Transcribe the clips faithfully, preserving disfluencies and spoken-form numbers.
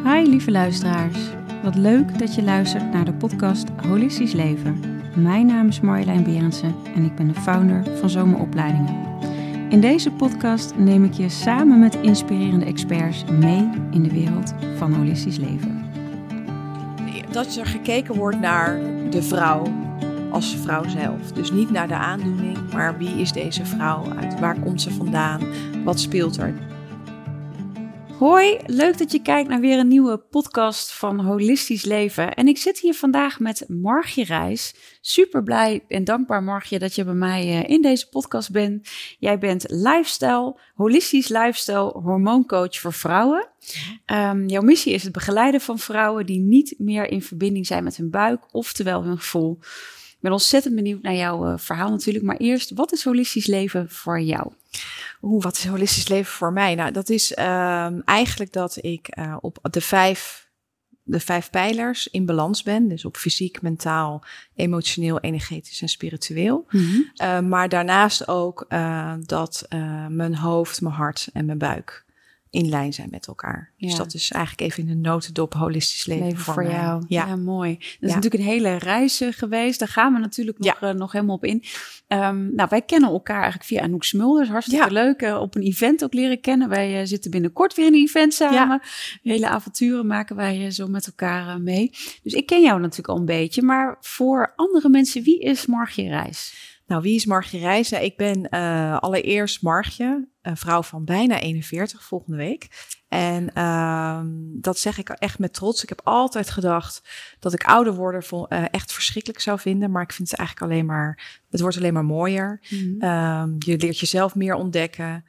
Hi lieve luisteraars, wat leuk dat je luistert naar de podcast Holistisch Leven. Mijn naam is Marjolein Berendsen en ik ben de founder van Zomeropleidingen. In deze podcast neem ik je samen met inspirerende experts mee in de wereld van holistisch leven. Dat er gekeken wordt naar de vrouw als vrouw zelf. Dus niet naar de aandoening, maar wie is deze vrouw? Uit waar komt ze vandaan? Wat speelt er? Hoi, leuk dat je kijkt naar weer een nieuwe podcast van Holistisch Leven. En ik zit hier vandaag met Margje Rijs. Super blij en dankbaar, Margje, dat je bij mij in deze podcast bent. Jij bent lifestyle, holistisch lifestyle hormooncoach voor vrouwen. Um, jouw missie is het begeleiden van vrouwen die niet meer in verbinding zijn met hun buik, oftewel hun gevoel. Ik ben ontzettend benieuwd naar jouw uh, verhaal natuurlijk. Maar eerst, wat is holistisch leven voor jou? Oeh, wat is holistisch leven voor mij? Nou, dat is um, eigenlijk dat ik uh, op de vijf, de vijf pijlers in balans ben. Dus op fysiek, mentaal, emotioneel, energetisch en spiritueel. Mm-hmm. Uh, maar daarnaast ook uh, dat uh, mijn hoofd, mijn hart en mijn buik in lijn zijn met elkaar. Ja. Dus dat is eigenlijk even in de notendop holistisch leven, leven voor, voor jou. Ja. ja, mooi. Dat is ja. natuurlijk een hele reis geweest. Daar gaan we natuurlijk nog, ja. uh, nog helemaal op in. Um, nou, wij kennen elkaar eigenlijk via Anouk Smulders. Hartstikke ja. leuk. Uh, op een event ook leren kennen. Wij uh, zitten binnenkort weer in een event samen. Ja. Hele avonturen maken wij uh, zo met elkaar uh, mee. Dus ik ken jou natuurlijk al een beetje. Maar voor andere mensen, wie is Margje Rijs? Nou, wie is Margje Rijs? Ik ben uh, allereerst Margje, een vrouw van bijna eenenveertig volgende week. En uh, dat zeg ik echt met trots. Ik heb altijd gedacht dat ik ouder worden vol, uh, echt verschrikkelijk zou vinden. Maar ik vind het eigenlijk alleen maar, het wordt alleen maar mooier. Mm-hmm. Um, je leert jezelf meer ontdekken.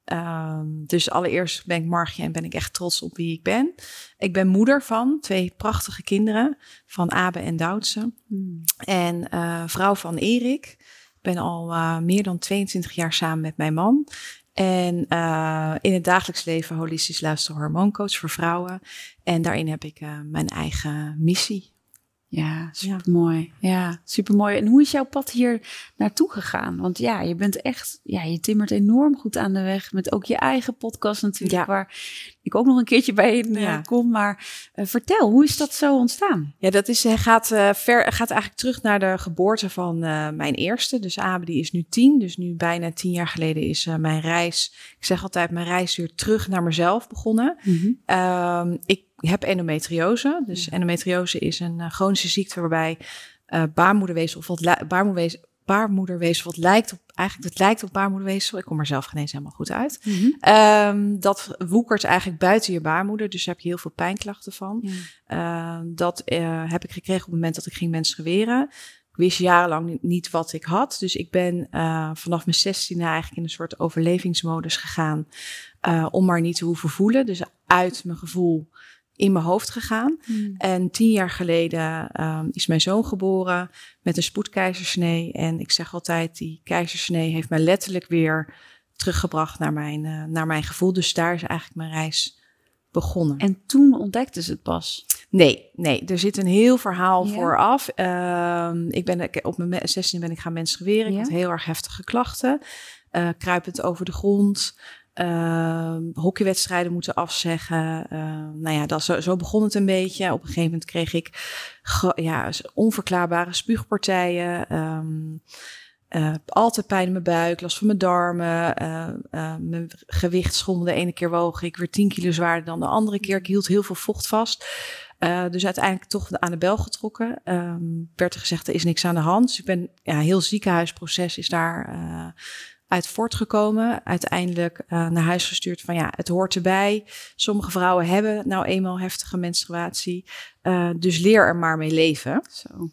Um, dus allereerst ben ik Margje en ben ik echt trots op wie ik ben. Ik ben moeder van twee prachtige kinderen, van Abe en Doutse. Mm. En uh, vrouw van Erik. Ik ben al uh, meer dan tweeëntwintig jaar samen met mijn man. En uh, in het dagelijks leven holistisch luister hormooncoach voor vrouwen. En daarin heb ik uh, mijn eigen missie. Ja, supermooi. Ja, supermooi. En hoe is jouw pad hier naartoe gegaan? Want ja, je bent echt, ja, je timmert enorm goed aan de weg. Met ook je eigen podcast natuurlijk, ja. waar ik ook nog een keertje bij in, ja. uh, kom. Maar uh, vertel, hoe is dat zo ontstaan? Ja, dat is, gaat, uh, ver, gaat eigenlijk terug naar de geboorte van uh, mijn eerste. Dus Abe, die is nu tien. Dus nu bijna tien jaar geleden is uh, mijn reis, ik zeg altijd, mijn reis weer terug naar mezelf begonnen. Mm-hmm. Um, ik Ik heb endometriose. Dus endometriose is een uh, chronische ziekte waarbij uh, baarmoederweefsel of wat li- baarmoederweefsel, baarmoederweefsel wat lijkt op, eigenlijk het lijkt op baarmoederweefsel. Ik kom er zelf geen eens helemaal goed uit. Mm-hmm. Um, dat woekert eigenlijk buiten je baarmoeder. Dus daar heb je heel veel pijnklachten van. Ja. Uh, dat uh, heb ik gekregen op het moment dat ik ging menstrueren. Ik wist jarenlang niet, niet wat ik had. Dus ik ben uh, vanaf mijn zestiende eigenlijk in een soort overlevingsmodus gegaan. Uh, om maar niet te hoeven voelen. Dus uit mijn gevoel in mijn hoofd gegaan. Hmm. En tien jaar geleden um, is mijn zoon geboren met een spoedkeizersnee. En ik zeg altijd, die keizersnee heeft mij letterlijk weer teruggebracht naar mijn, uh, naar mijn gevoel. Dus daar is eigenlijk mijn reis begonnen. En toen ontdekte ze het pas? Nee, nee, er zit een heel verhaal ja. vooraf. Uh, ik ben, op mijn zestiende ben ik gaan menstrueren. Ja. Ik had heel erg heftige klachten. Uh, kruipend over de grond. Uh, hockeywedstrijden moeten afzeggen. Uh, nou ja, dat, zo, zo begon het een beetje. Op een gegeven moment kreeg ik ge, ja, onverklaarbare spuugpartijen. Um, uh, altijd pijn in mijn buik, last van mijn darmen. Uh, uh, mijn gewicht schommelde. De ene keer woog ik weer tien kilo zwaarder dan de andere keer. Ik hield heel veel vocht vast. Uh, dus uiteindelijk toch aan de bel getrokken. Um, werd er gezegd, er is niks aan de hand. Dus ik ben, ja, heel ziekenhuisproces is daar uh, uit voortgekomen. Uiteindelijk uh, naar huis gestuurd van ja, het hoort erbij. Sommige vrouwen hebben nou eenmaal heftige menstruatie. Uh, dus leer er maar mee leven. Zo.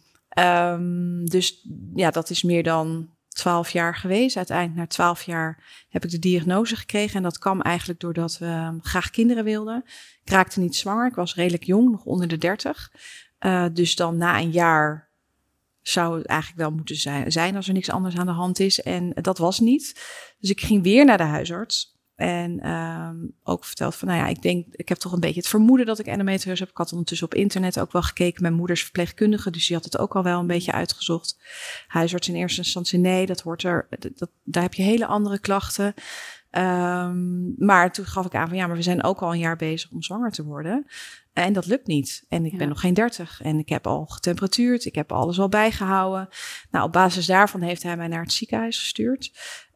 Um, dus ja, dat is meer dan twaalf jaar geweest. Uiteindelijk na twaalf jaar heb ik de diagnose gekregen. En dat kwam eigenlijk doordat we um, graag kinderen wilden. Ik raakte niet zwanger. Ik was redelijk jong, nog onder de dertig. Uh, dus dan na een jaar zou het eigenlijk wel moeten zijn als er niks anders aan de hand is. En dat was niet. Dus ik ging weer naar de huisarts. En um, ook verteld van, nou ja, ik denk, ik heb toch een beetje het vermoeden dat ik endometriose heb. Ik had ondertussen op internet ook wel gekeken. Mijn moeder is verpleegkundige, dus die had het ook al wel een beetje uitgezocht. Huisarts in eerste instantie, nee, dat hoort er, dat, dat, daar heb je hele andere klachten. Um, maar toen gaf ik aan van ja, maar we zijn ook al een jaar bezig om zwanger te worden. En dat lukt niet. En ik ja. ben nog geen dertig. En ik heb al getemperatuurd. Ik heb alles al bijgehouden. Nou, op basis daarvan heeft hij mij naar het ziekenhuis gestuurd.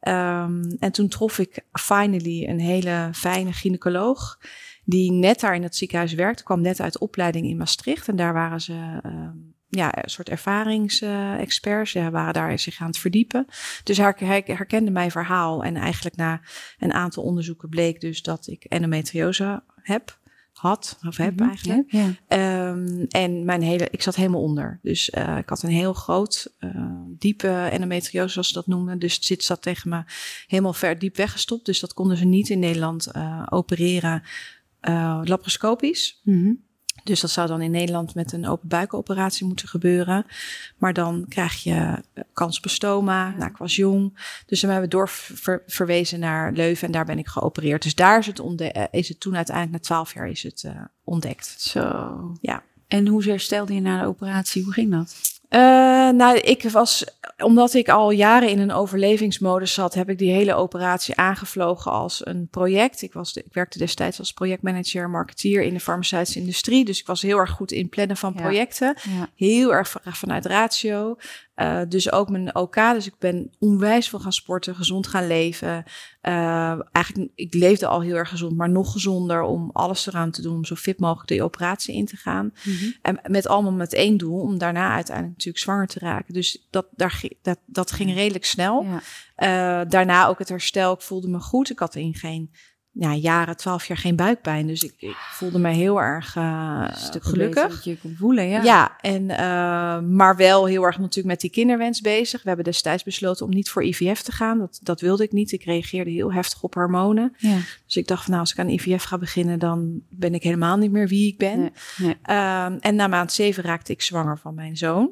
Um, en toen trof ik finally een hele fijne gynaecoloog die net daar in het ziekenhuis werkte. Kwam net uit de opleiding in Maastricht. En daar waren ze um, ja, een soort ervaringsexperts. Ja, waren daar zich aan het verdiepen. Dus hij, hij herkende mijn verhaal. En eigenlijk na een aantal onderzoeken bleek dus dat ik endometriose heb. Had, of heb mm-hmm. eigenlijk. Ja, ja. Um, en mijn hele, ik zat helemaal onder. Dus uh, ik had een heel groot, uh, diepe endometriose, zoals ze dat noemen. Dus het zit, zat tegen me helemaal ver diep weggestopt. Dus dat konden ze niet in Nederland uh, opereren uh, laparoscopisch. Mm-hmm. Dus dat zou dan in Nederland met een open buikoperatie moeten gebeuren. Maar dan krijg je kans op stoma. Nou, ik was jong. Dus dan hebben we doorverwezen naar Leuven en daar ben ik geopereerd. Dus daar is het, ontde- is het toen uiteindelijk na twaalf jaar is het uh, ontdekt. Zo. Ja. En hoe herstelde je na de operatie? Hoe ging dat? Uh, nou, ik was, omdat ik al jaren in een overlevingsmodus zat, heb ik die hele operatie aangevlogen als een project. Ik, was de, ik werkte destijds als projectmanager, marketeer in de farmaceutische industrie. Dus ik was heel erg goed in plannen van projecten. Ja. Ja. Heel erg vanuit ratio. Uh, dus ook mijn O K. Dus ik ben onwijs veel gaan sporten, gezond gaan leven. Uh, eigenlijk, ik leefde al heel erg gezond, maar nog gezonder om alles eraan te doen om zo fit mogelijk die operatie in te gaan. Mm-hmm. En met allemaal met één doel, om daarna uiteindelijk natuurlijk zwanger te raken. Dus dat, daar, dat, dat ging redelijk snel. Ja. Uh, daarna ook het herstel. Ik voelde me goed. Ik had in geen ja, jaren, twaalf jaar geen buikpijn. Dus ik, ik voelde me heel erg uh, gelukkig. Dat je kon voelen, ja. Ja, en, uh, maar wel heel erg natuurlijk met die kinderwens bezig. We hebben destijds besloten om niet voor I V F te gaan. Dat, dat wilde ik niet. Ik reageerde heel heftig op hormonen. Ja. Dus ik dacht van nou, als ik aan I V F ga beginnen, dan ben ik helemaal niet meer wie ik ben. Nee, nee. Uh, en na maand zeven raakte ik zwanger van mijn zoon.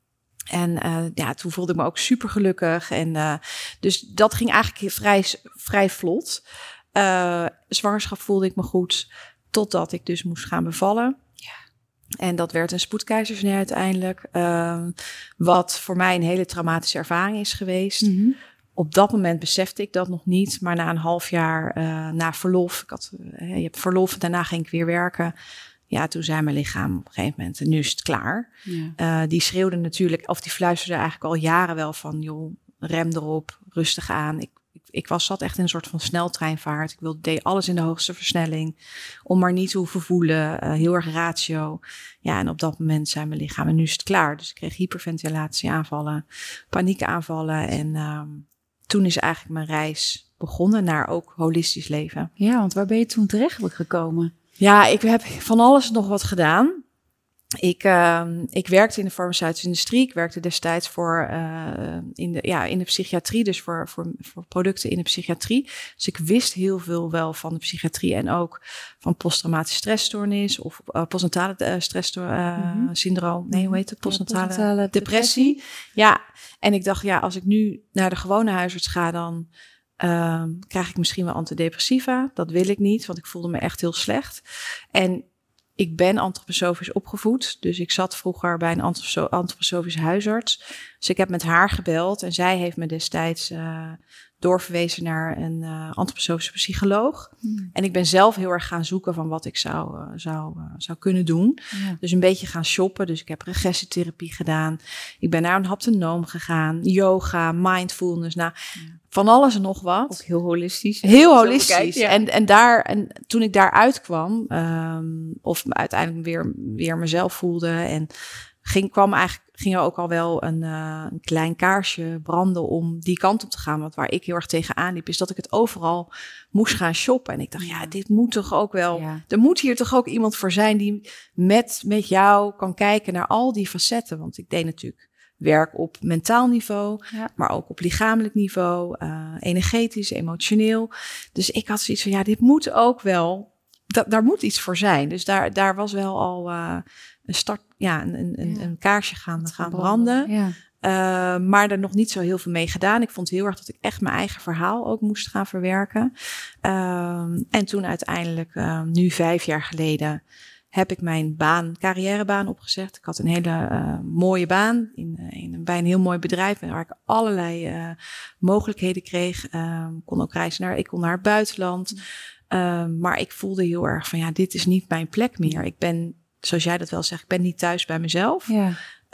En uh, ja, toen voelde ik me ook super gelukkig. En uh, dus dat ging eigenlijk vrij, vrij vlot. Uh, zwangerschap voelde ik me goed, totdat ik dus moest gaan bevallen. Ja. En dat werd een spoedkeizersnee uiteindelijk. Uh, wat voor mij een hele traumatische ervaring is geweest. Mm-hmm. Op dat moment besefte ik dat nog niet. Maar na een half jaar uh, na verlof, ik had, uh, je hebt verlof en daarna ging ik weer werken. Ja, toen zei mijn lichaam op een gegeven moment, en nu is het klaar. Ja. Uh, die schreeuwde natuurlijk, of die fluisterde eigenlijk al jaren wel van, joh, rem erop, rustig aan. Ik, ik, ik was zat echt in een soort van sneltreinvaart. Ik wilde, deed alles in de hoogste versnelling, om maar niet te hoeven voelen. Uh, heel erg ratio. Ja, en op dat moment zei mijn lichaam, en nu is het klaar. Dus ik kreeg hyperventilatieaanvallen, paniekaanvallen. En uh, toen is eigenlijk mijn reis begonnen naar ook holistisch leven. Ja, want waar ben je toen terecht gekomen? Ja, ik heb van alles nog wat gedaan. Ik, uh, ik werkte in de farmaceutische industrie. Ik werkte destijds voor, uh, in, de, ja, in de psychiatrie, dus voor, voor, voor producten in de psychiatrie. Dus ik wist heel veel wel van de psychiatrie en ook van posttraumatische stressstoornis of uh, postnatale uh, stresssyndroom. Uh, mm-hmm. Nee, hoe heet het? Postnatale, ja, postnatale depressie. depressie. Ja, en ik dacht, ja, als ik nu naar de gewone huisarts ga, dan Uh, krijg ik misschien wel antidepressiva. Dat wil ik niet, want ik voelde me echt heel slecht. En ik ben antroposofisch opgevoed. Dus ik zat vroeger bij een antroposofische huisarts. Dus ik heb met haar gebeld en zij heeft me destijds uh, doorverwezen naar een uh, antroposofische psycholoog. Hmm. En ik ben zelf heel erg gaan zoeken van wat ik zou, uh, zou, uh, zou kunnen doen. Ja. Dus een beetje gaan shoppen. Dus ik heb regressietherapie gedaan. Ik ben naar een haptonoom gegaan. Yoga, mindfulness. Nou, ja. Van alles en nog wat. Ook heel holistisch. Heel holistisch. Bekijkt, ja. en, en, daar, en toen ik daar uitkwam, um, of uiteindelijk weer, weer mezelf voelde en ging, kwam eigenlijk, ging er ook al wel een, uh, een klein kaarsje branden om die kant op te gaan. Want waar ik heel erg tegenaan liep, is dat ik het overal moest gaan shoppen. En ik dacht, ja, dit moet toch ook wel, ja. Er moet hier toch ook iemand voor zijn die met, met jou kan kijken naar al die facetten. Want ik deed natuurlijk werk op mentaal niveau, ja. maar ook op lichamelijk niveau, uh, energetisch, emotioneel. Dus ik had zoiets van, ja, dit moet ook wel, da- daar moet iets voor zijn. Dus daar, daar was wel al uh, een start, ja, een, een, ja. een kaarsje gaan, gaan branden. branden. Ja. Uh, maar er nog niet zo heel veel mee gedaan. Ik vond heel erg dat ik echt mijn eigen verhaal ook moest gaan verwerken. Uh, en toen uiteindelijk, uh, nu vijf jaar geleden, heb ik mijn baan, carrièrebaan opgezegd. Ik had een hele uh, mooie baan in, uh, in, bij een heel mooi bedrijf waar ik allerlei uh, mogelijkheden kreeg. Uh, kon ook reizen naar, ik kon naar het buitenland. Uh, maar ik voelde heel erg van ja, dit is niet mijn plek meer. Ik ben, zoals jij dat wel zegt, ik ben niet thuis bij mezelf. Ja.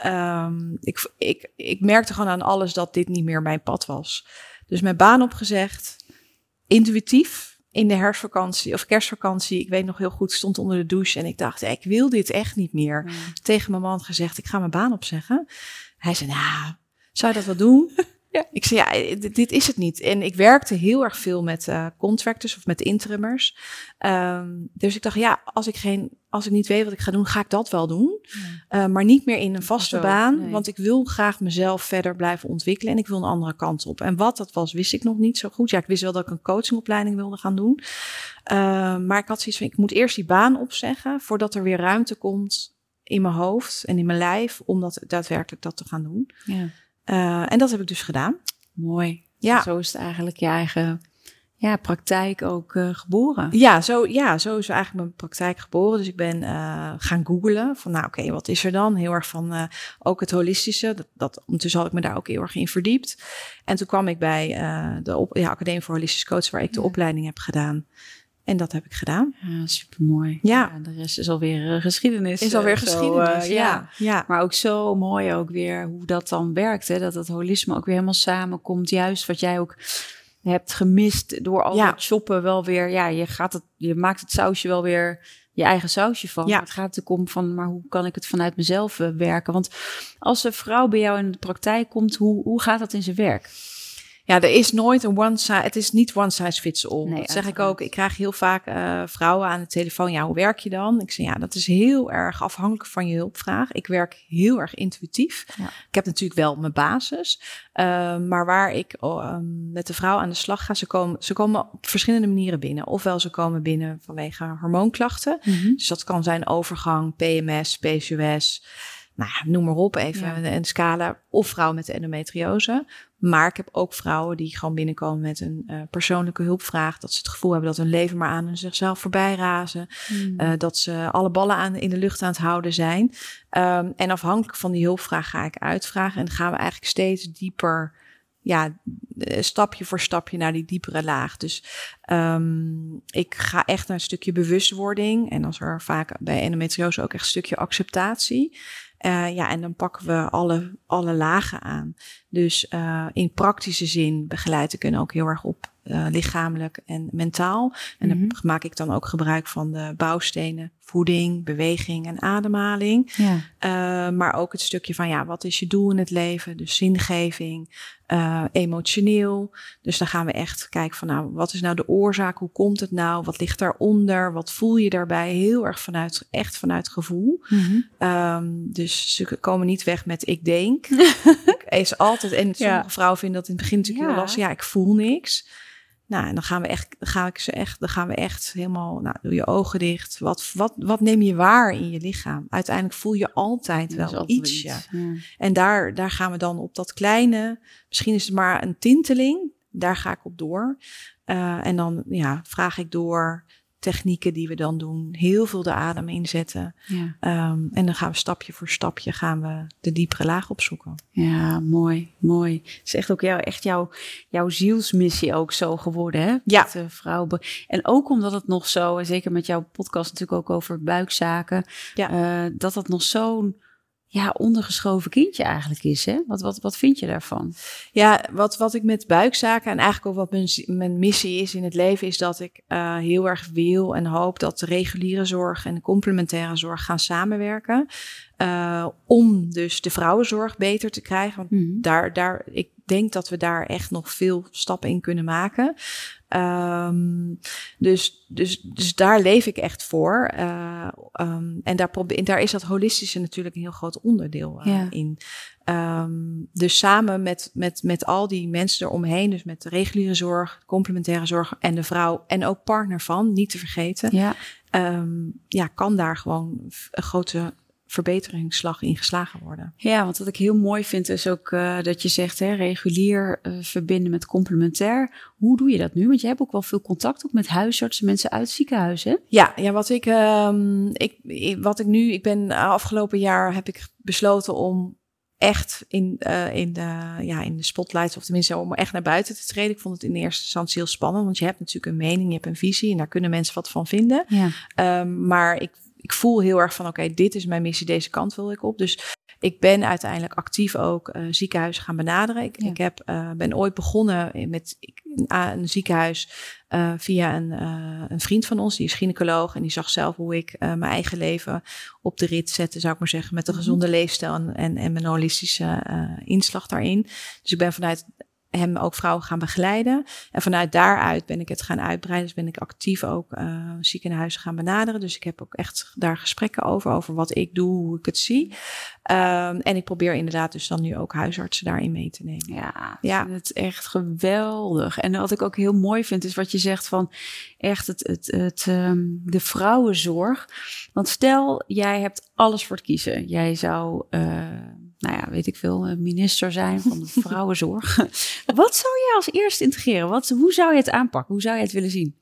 Um, ik, ik, ik merkte gewoon aan alles dat dit niet meer mijn pad was. Dus mijn baan opgezegd, intuïtief. In de herfstvakantie of kerstvakantie, ik weet nog heel goed, stond onder de douche en ik dacht, ik wil dit echt niet meer. Mm. Tegen mijn man gezegd, ik ga mijn baan opzeggen. Hij zei, nou, zou je dat wel doen? Ja. Ik zei, ja, dit, dit is het niet. En ik werkte heel erg veel met uh, contractors of met interimmers. Um, dus ik dacht, ja, als ik, geen, als ik niet weet wat ik ga doen, ga ik dat wel doen. Ja. Uh, maar niet meer in een vaste Zo, baan. Nee. Want ik wil graag mezelf verder blijven ontwikkelen. En ik wil een andere kant op. En wat dat was, wist ik nog niet zo goed. Ja, ik wist wel dat ik een coachingopleiding wilde gaan doen. Uh, maar ik had zoiets van, ik moet eerst die baan opzeggen voordat er weer ruimte komt in mijn hoofd en in mijn lijf om dat daadwerkelijk dat te gaan doen. Ja. Uh, en dat heb ik dus gedaan. Mooi. Ja. Zo is het eigenlijk je eigen ja, praktijk ook uh, geboren. Ja zo, ja, zo is eigenlijk mijn praktijk geboren. Dus ik ben uh, gaan googlen van nou oké, okay, wat is er dan? Heel erg van uh, ook het holistische. Dat, dat, ondertussen had ik me daar ook heel erg in verdiept. En toen kwam ik bij uh, de op, ja, Academie voor Holistisch Coach, waar ik de ja. opleiding heb gedaan. En dat heb ik gedaan. Ja, supermooi. Ja. ja de rest is alweer uh, geschiedenis. Is alweer zo, geschiedenis, uh, ja. ja. ja. Maar ook zo mooi ook weer hoe dat dan werkt. Hè? Dat het holisme ook weer helemaal samenkomt. Juist wat jij ook hebt gemist door al ja. dat shoppen wel weer. Ja, je, gaat het, je maakt het sausje wel weer je eigen sausje van. Ja. Het gaat natuurlijk om van, maar hoe kan ik het vanuit mezelf uh, werken? Want als een vrouw bij jou in de praktijk komt, hoe, hoe gaat dat in zijn werk? Ja, er is nooit een one size, het is niet one size fits all. Nee, dat zeg ik ook. Ik krijg heel vaak uh, vrouwen aan de telefoon. Ja, hoe werk je dan? Ik zeg ja, dat is heel erg afhankelijk van je hulpvraag. Ik werk heel erg intuïtief. Ja. Ik heb natuurlijk wel mijn basis. Uh, maar waar ik uh, met de vrouw aan de slag ga, ze komen, ze komen op verschillende manieren binnen. Ofwel ze komen binnen vanwege hormoonklachten. Mm-hmm. Dus dat kan zijn overgang, P M S, P C O S. Nou ja, noem maar op, even ja. een scala. Of vrouwen met de endometriose. Maar ik heb ook vrouwen die gewoon binnenkomen met een uh, persoonlijke hulpvraag. Dat ze het gevoel hebben dat hun leven maar aan zichzelf voorbij razen. Mm. Uh, dat ze alle ballen aan, in de lucht aan het houden zijn. Um, en afhankelijk van die hulpvraag ga ik uitvragen. En dan gaan we eigenlijk steeds dieper, ja, stapje voor stapje naar die diepere laag. Dus um, ik ga echt naar een stukje bewustwording. En als er vaak bij endometriose ook echt een stukje acceptatie. Uh, ja, en dan pakken we alle, alle lagen aan. Dus uh, in praktische zin begeleid ik hen ook heel erg op uh, lichamelijk en mentaal. En mm-hmm. dan maak ik dan ook gebruik van de bouwstenen, voeding, beweging en ademhaling. Ja. Uh, maar ook het stukje van, ja, wat is je doel in het leven? Dus zingeving, uh, emotioneel. Dus dan gaan we echt kijken van, nou, wat is nou de oorzaak? Hoe komt het nou? Wat ligt daaronder? Wat voel je daarbij? Heel erg vanuit, echt vanuit gevoel. Mm-hmm. Um, dus ze komen niet weg met ik denk. Is altijd, en sommige ja. vrouwen vinden dat in het begin natuurlijk ja. heel lastig. Ja, ik voel niks. Nou, en dan gaan we echt, dan ga ik ze echt, dan gaan we echt helemaal, nou, doe je ogen dicht. Wat, wat, wat neem je waar in je lichaam? Uiteindelijk voel je altijd ja, wel altijd iets. Ja. Ja. En daar, daar gaan we dan op dat kleine, misschien is het maar een tinteling. Daar ga ik op door. Uh, en dan, ja, vraag ik door technieken die we dan doen. Heel veel de adem inzetten. Ja. Um, en dan gaan we stapje voor stapje gaan we de diepere laag opzoeken. Ja, mooi, mooi. Het is echt ook jou, echt jouw, jouw zielsmissie ook zo geworden, hè? Ja. Met de vrouw. En ook omdat het nog zo, zeker met jouw podcast natuurlijk ook over buikzaken, ja. uh, dat het nog zo'n ja, ondergeschoven kindje eigenlijk is, hè? Wat, wat, wat vind je daarvan? Ja, wat, wat ik met buikzaken en eigenlijk ook wat mijn, mijn missie is in het leven, is dat ik uh, heel erg wil en hoop dat de reguliere zorg en de complementaire zorg gaan samenwerken. Uh, om dus de vrouwenzorg beter te krijgen. Want mm-hmm. daar, daar, ik denk dat we daar echt nog veel stappen in kunnen maken. Um, dus, dus, dus daar leef ik echt voor. Uh, um, en daar, probeer, daar is dat holistische natuurlijk een heel groot onderdeel uh, ja. in. Um, dus samen met, met, met al die mensen eromheen, dus met de reguliere zorg, complementaire zorg en de vrouw en ook partner van, niet te vergeten, ja, um, ja kan daar gewoon een grote verbeteringsslag in geslagen worden. Ja, want wat ik heel mooi vind is ook uh, dat je zegt, hè, regulier uh, verbinden met complementair. Hoe doe je dat nu? Want je hebt ook wel veel contact ook met huisartsen, mensen uit ziekenhuizen. Ja, ja wat, ik, um, ik, wat ik nu, ik ben afgelopen jaar heb ik besloten om echt in, uh, in, de, ja, in de spotlights, of tenminste om echt naar buiten te treden. Ik vond het in eerste instantie heel spannend, want je hebt natuurlijk een mening, je hebt een visie en daar kunnen mensen wat van vinden. Ja. Um, maar ik Ik voel heel erg van, oké, okay, dit is mijn missie, deze kant wil ik op. Dus ik ben uiteindelijk actief ook uh, ziekenhuizen gaan benaderen. Ik, ja. ik heb, uh, ben ooit begonnen met een, een ziekenhuis uh, via een, uh, een vriend van ons, die is gynaecoloog. En die zag zelf hoe ik uh, mijn eigen leven op de rit zette, zou ik maar zeggen. Met een gezonde leefstijl en, en, en mijn holistische uh, inslag daarin. Dus ik ben vanuit hem ook vrouwen gaan begeleiden. En vanuit daaruit ben ik het gaan uitbreiden. Dus ben ik actief ook uh, ziekenhuizen gaan benaderen. Dus ik heb ook echt daar gesprekken over, over wat ik doe, hoe ik het zie. Um, en ik probeer inderdaad dus dan nu ook huisartsen daarin mee te nemen. Ja, ja. Ik vind het echt geweldig. En wat ik ook heel mooi vind, is wat je zegt van echt het, het, het, um, de vrouwenzorg. Want stel, jij hebt alles voor het kiezen. Jij zou, uh, nou ja, weet ik veel, minister zijn van de vrouwenzorg. Wat zou jij als eerste integreren? Wat, hoe zou je het aanpakken? Hoe zou je het willen zien?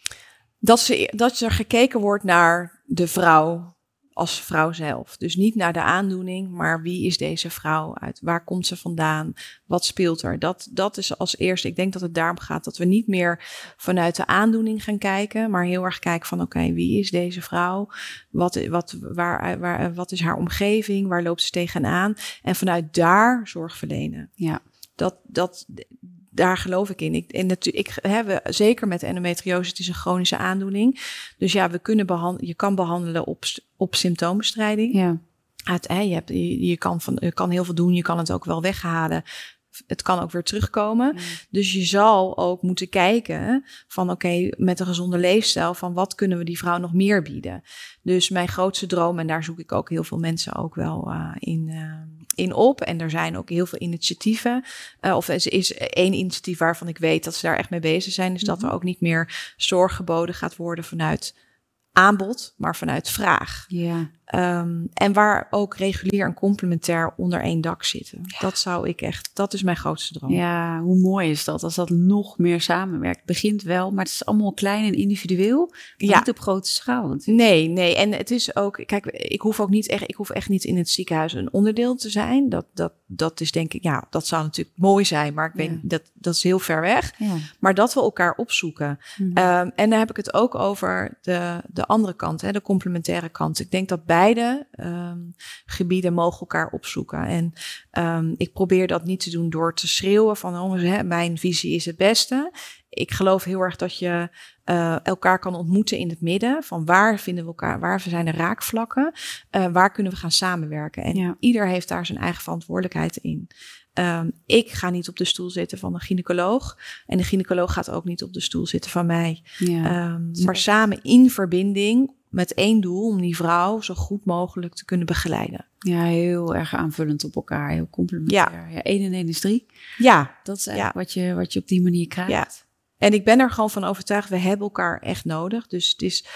Dat, ze, dat er gekeken wordt naar de vrouw als vrouw zelf. Dus niet naar de aandoening, maar wie is deze vrouw? Uit waar komt ze vandaan? Wat speelt er? Dat, dat is als eerste. Ik denk dat het daarom gaat dat we niet meer vanuit de aandoening gaan kijken, maar heel erg kijken van oké, okay, wie is deze vrouw? Wat, wat, waar, waar, wat is haar omgeving? Waar loopt ze tegenaan? En vanuit daar zorg verlenen. Ja. Dat, dat, daar geloof ik in. Ik, en natuurlijk, ik hebben zeker met endometriose, het is een chronische aandoening. Dus ja, we kunnen behandelen. Je kan behandelen op, op symptoombestrijding. Ja. Het, hè, je, hebt, je, je, kan van, je kan heel veel doen. Je kan het ook wel weghalen. Het kan ook weer terugkomen. Mm. Dus je zal ook moeten kijken van oké, okay, met een gezonde leefstijl, van wat kunnen we die vrouw nog meer bieden. Dus mijn grootste droom, en daar zoek ik ook heel veel mensen ook wel uh, in, uh, in op. En er zijn ook heel veel initiatieven. Uh, of er is één initiatief waarvan ik weet dat ze daar echt mee bezig zijn. Is mm-hmm. dat er ook niet meer zorg geboden gaat worden vanuit aanbod, maar vanuit vraag. Ja. Um, en waar ook regulier en complementair onder één dak zitten. Ja. Dat zou ik echt, dat is mijn grootste droom. Ja, hoe mooi is dat als dat nog meer samenwerkt. Het begint wel, maar het is allemaal klein en individueel. Ja. Niet op grote schaal natuurlijk. Nee, nee. En het is ook, kijk, ik hoef ook niet echt, ik hoef echt niet in het ziekenhuis een onderdeel te zijn. Dat, dat, dat is denk ik, ja, dat zou natuurlijk mooi zijn, maar ik weet, ja. dat, dat is heel ver weg. Ja. Maar dat we elkaar opzoeken. Hmm. Um, en dan heb ik het ook over de, de andere kant, hè, de complementaire kant. Ik denk dat beide um, gebieden mogen elkaar opzoeken. En um, ik probeer dat niet te doen door te schreeuwen van oh, hè, mijn visie is het beste. Ik geloof heel erg dat je uh, elkaar kan ontmoeten in het midden. Van waar vinden we elkaar, waar zijn de raakvlakken? Uh, waar kunnen we gaan samenwerken? En ja. ieder heeft daar zijn eigen verantwoordelijkheid in. Um, ik ga niet op de stoel zitten van een gynaecoloog. En de gynaecoloog gaat ook niet op de stoel zitten van mij. Ja. Um, maar samen in verbinding met één doel om die vrouw zo goed mogelijk te kunnen begeleiden. Ja, heel erg aanvullend op elkaar. Heel complementair. Ja, één en één is drie. Ja. Dat is eigenlijk ja. wat, je, wat je op die manier krijgt. Ja. En ik ben er gewoon van overtuigd, we hebben elkaar echt nodig. Dus het is,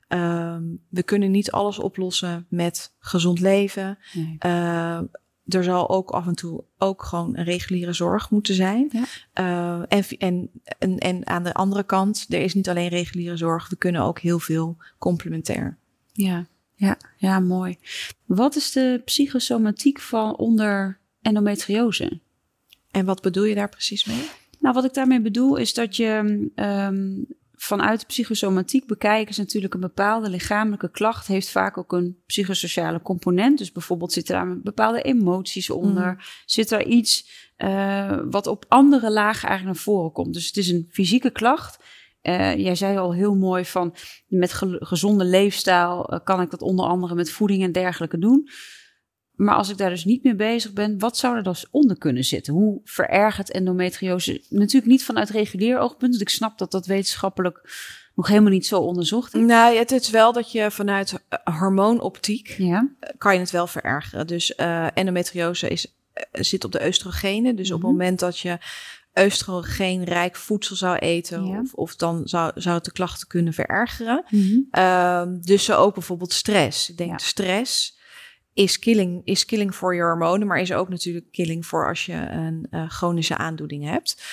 um, we kunnen niet alles oplossen met gezond leven. Nee. Uh, er zal ook af en toe ook gewoon een reguliere zorg moeten zijn. Ja. Uh, en, en, en, en aan de andere kant, er is niet alleen reguliere zorg. We kunnen ook heel veel complementair. Ja, ja, ja, mooi. Wat is de psychosomatiek van onder endometriose? En wat bedoel je daar precies mee? Nou, wat ik daarmee bedoel is dat je um, vanuit de psychosomatiek bekijken is natuurlijk een bepaalde lichamelijke klacht heeft vaak ook een psychosociale component. Dus bijvoorbeeld zitten daar bepaalde emoties onder. Mm. Zit er iets uh, wat op andere lagen eigenlijk naar voren komt. Dus het is een fysieke klacht. Uh, jij zei al heel mooi van met ge- gezonde leefstijl uh, kan ik dat onder andere met voeding en dergelijke doen. Maar als ik daar dus niet mee bezig ben, wat zou er dan onder kunnen zitten? Hoe verergert endometriose? Natuurlijk niet vanuit regulier oogpunt, want ik snap dat dat wetenschappelijk nog helemaal niet zo onderzocht is. Nou, het is wel dat je vanuit hormoonoptiek ja. kan je het wel verergeren. Dus uh, endometriose is, uh, zit op de oestrogenen. Dus mm-hmm. op het moment dat je oestrogeenrijk voedsel zou eten, ja. of, of dan zou, zou het de klachten kunnen verergeren. Mm-hmm. Uh, dus zo ook bijvoorbeeld stress. Ik denk ja. stress is killing, is killing voor je hormonen, maar is ook natuurlijk killing voor als je een uh, chronische aandoening hebt.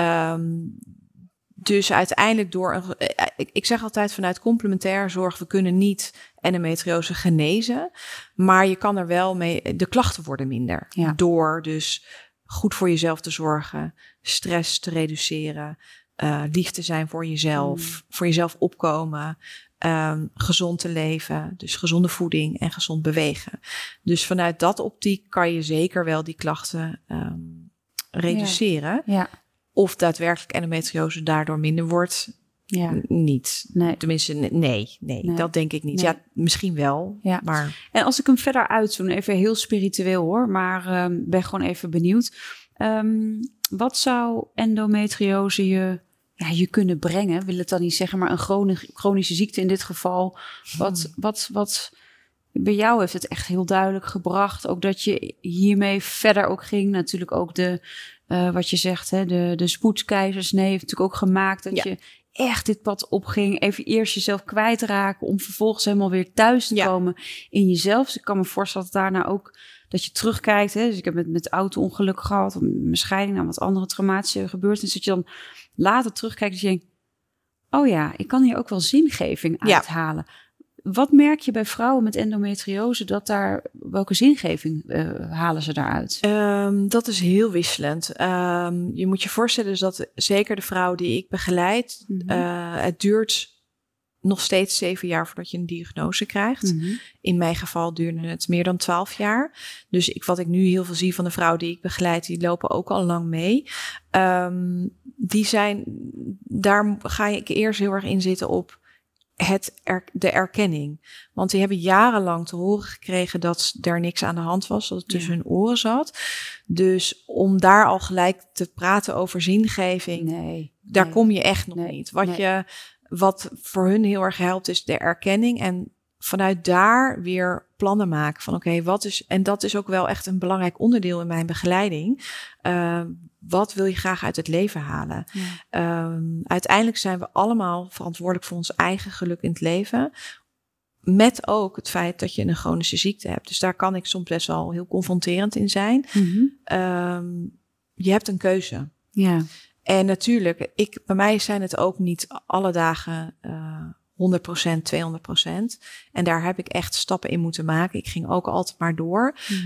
Um, dus uiteindelijk door, een, uh, ik, ik zeg altijd vanuit complementaire zorg, we kunnen niet endometriose genezen, maar je kan er wel mee, de klachten worden minder. Ja. Door dus goed voor jezelf te zorgen, stress te reduceren, uh, lief te zijn voor jezelf, mm. voor jezelf opkomen, um, gezond te leven, dus gezonde voeding en gezond bewegen. Dus vanuit dat optiek kan je zeker wel die klachten um, reduceren. Ja. Ja. Of daadwerkelijk endometriose daardoor minder wordt, ja. n- niet. Nee. Tenminste, nee, nee, nee, dat denk ik niet. Nee. Ja, misschien wel, ja. maar... En als ik hem verder uitzoom, even heel spiritueel hoor, maar um, ben gewoon even benieuwd. Um, wat zou endometriose je, ja, je kunnen brengen? Wil het dan niet zeggen, maar een chronisch, chronische ziekte in dit geval. Wat, hmm. wat, wat bij jou heeft het echt heel duidelijk gebracht. Ook dat je hiermee verder ook ging. Natuurlijk ook de, uh, wat je zegt, hè, de, de spoedskeizersnee heeft natuurlijk ook gemaakt dat ja. je echt dit pad opging. Even eerst jezelf kwijtraken om vervolgens helemaal weer thuis te ja. komen in jezelf. Dus ik kan me voorstellen dat daarna ook dat je terugkijkt. Hè? Dus ik heb met, met auto-ongeluk gehad, mijn scheiding, nou wat andere traumatische gebeurtenissen. Dat je dan later terugkijkt en je denkt, oh ja, ik kan hier ook wel zingeving uithalen. Ja. Wat merk je bij vrouwen met endometriose dat daar, welke zingeving uh, halen ze daaruit? Um, dat is heel wisselend. Um, je moet je voorstellen dus dat zeker de vrouw die ik begeleid, mm-hmm. uh, het duurt nog steeds zeven jaar voordat je een diagnose krijgt. Mm-hmm. In mijn geval duurde het meer dan twaalf jaar. Dus ik, wat ik nu heel veel zie van de vrouwen die ik begeleid, die lopen ook al lang mee. Um, die zijn, daar ga ik eerst heel erg in zitten op het er, de erkenning. Want die hebben jarenlang te horen gekregen dat er niks aan de hand was, dat het tussen ja. hun oren zat. Dus om daar al gelijk te praten over zingeving, nee, daar nee, kom je echt nog nee, niet. Wat, nee. je, wat voor hun heel erg helpt is de erkenning en vanuit daar weer plannen maken van oké, okay, wat is, en dat is ook wel echt een belangrijk onderdeel in mijn begeleiding. Uh, wat wil je graag uit het leven halen? Ja. Um, uiteindelijk zijn we allemaal verantwoordelijk voor ons eigen geluk in het leven. Met ook het feit dat je een chronische ziekte hebt. Dus daar kan ik soms best wel heel confronterend in zijn. Mm-hmm. Um, je hebt een keuze. Ja. En natuurlijk, ik, bij mij zijn het ook niet alle dagen Uh, honderd procent, tweehonderd procent. En daar heb ik echt stappen in moeten maken. Ik ging ook altijd maar door. Mm-hmm.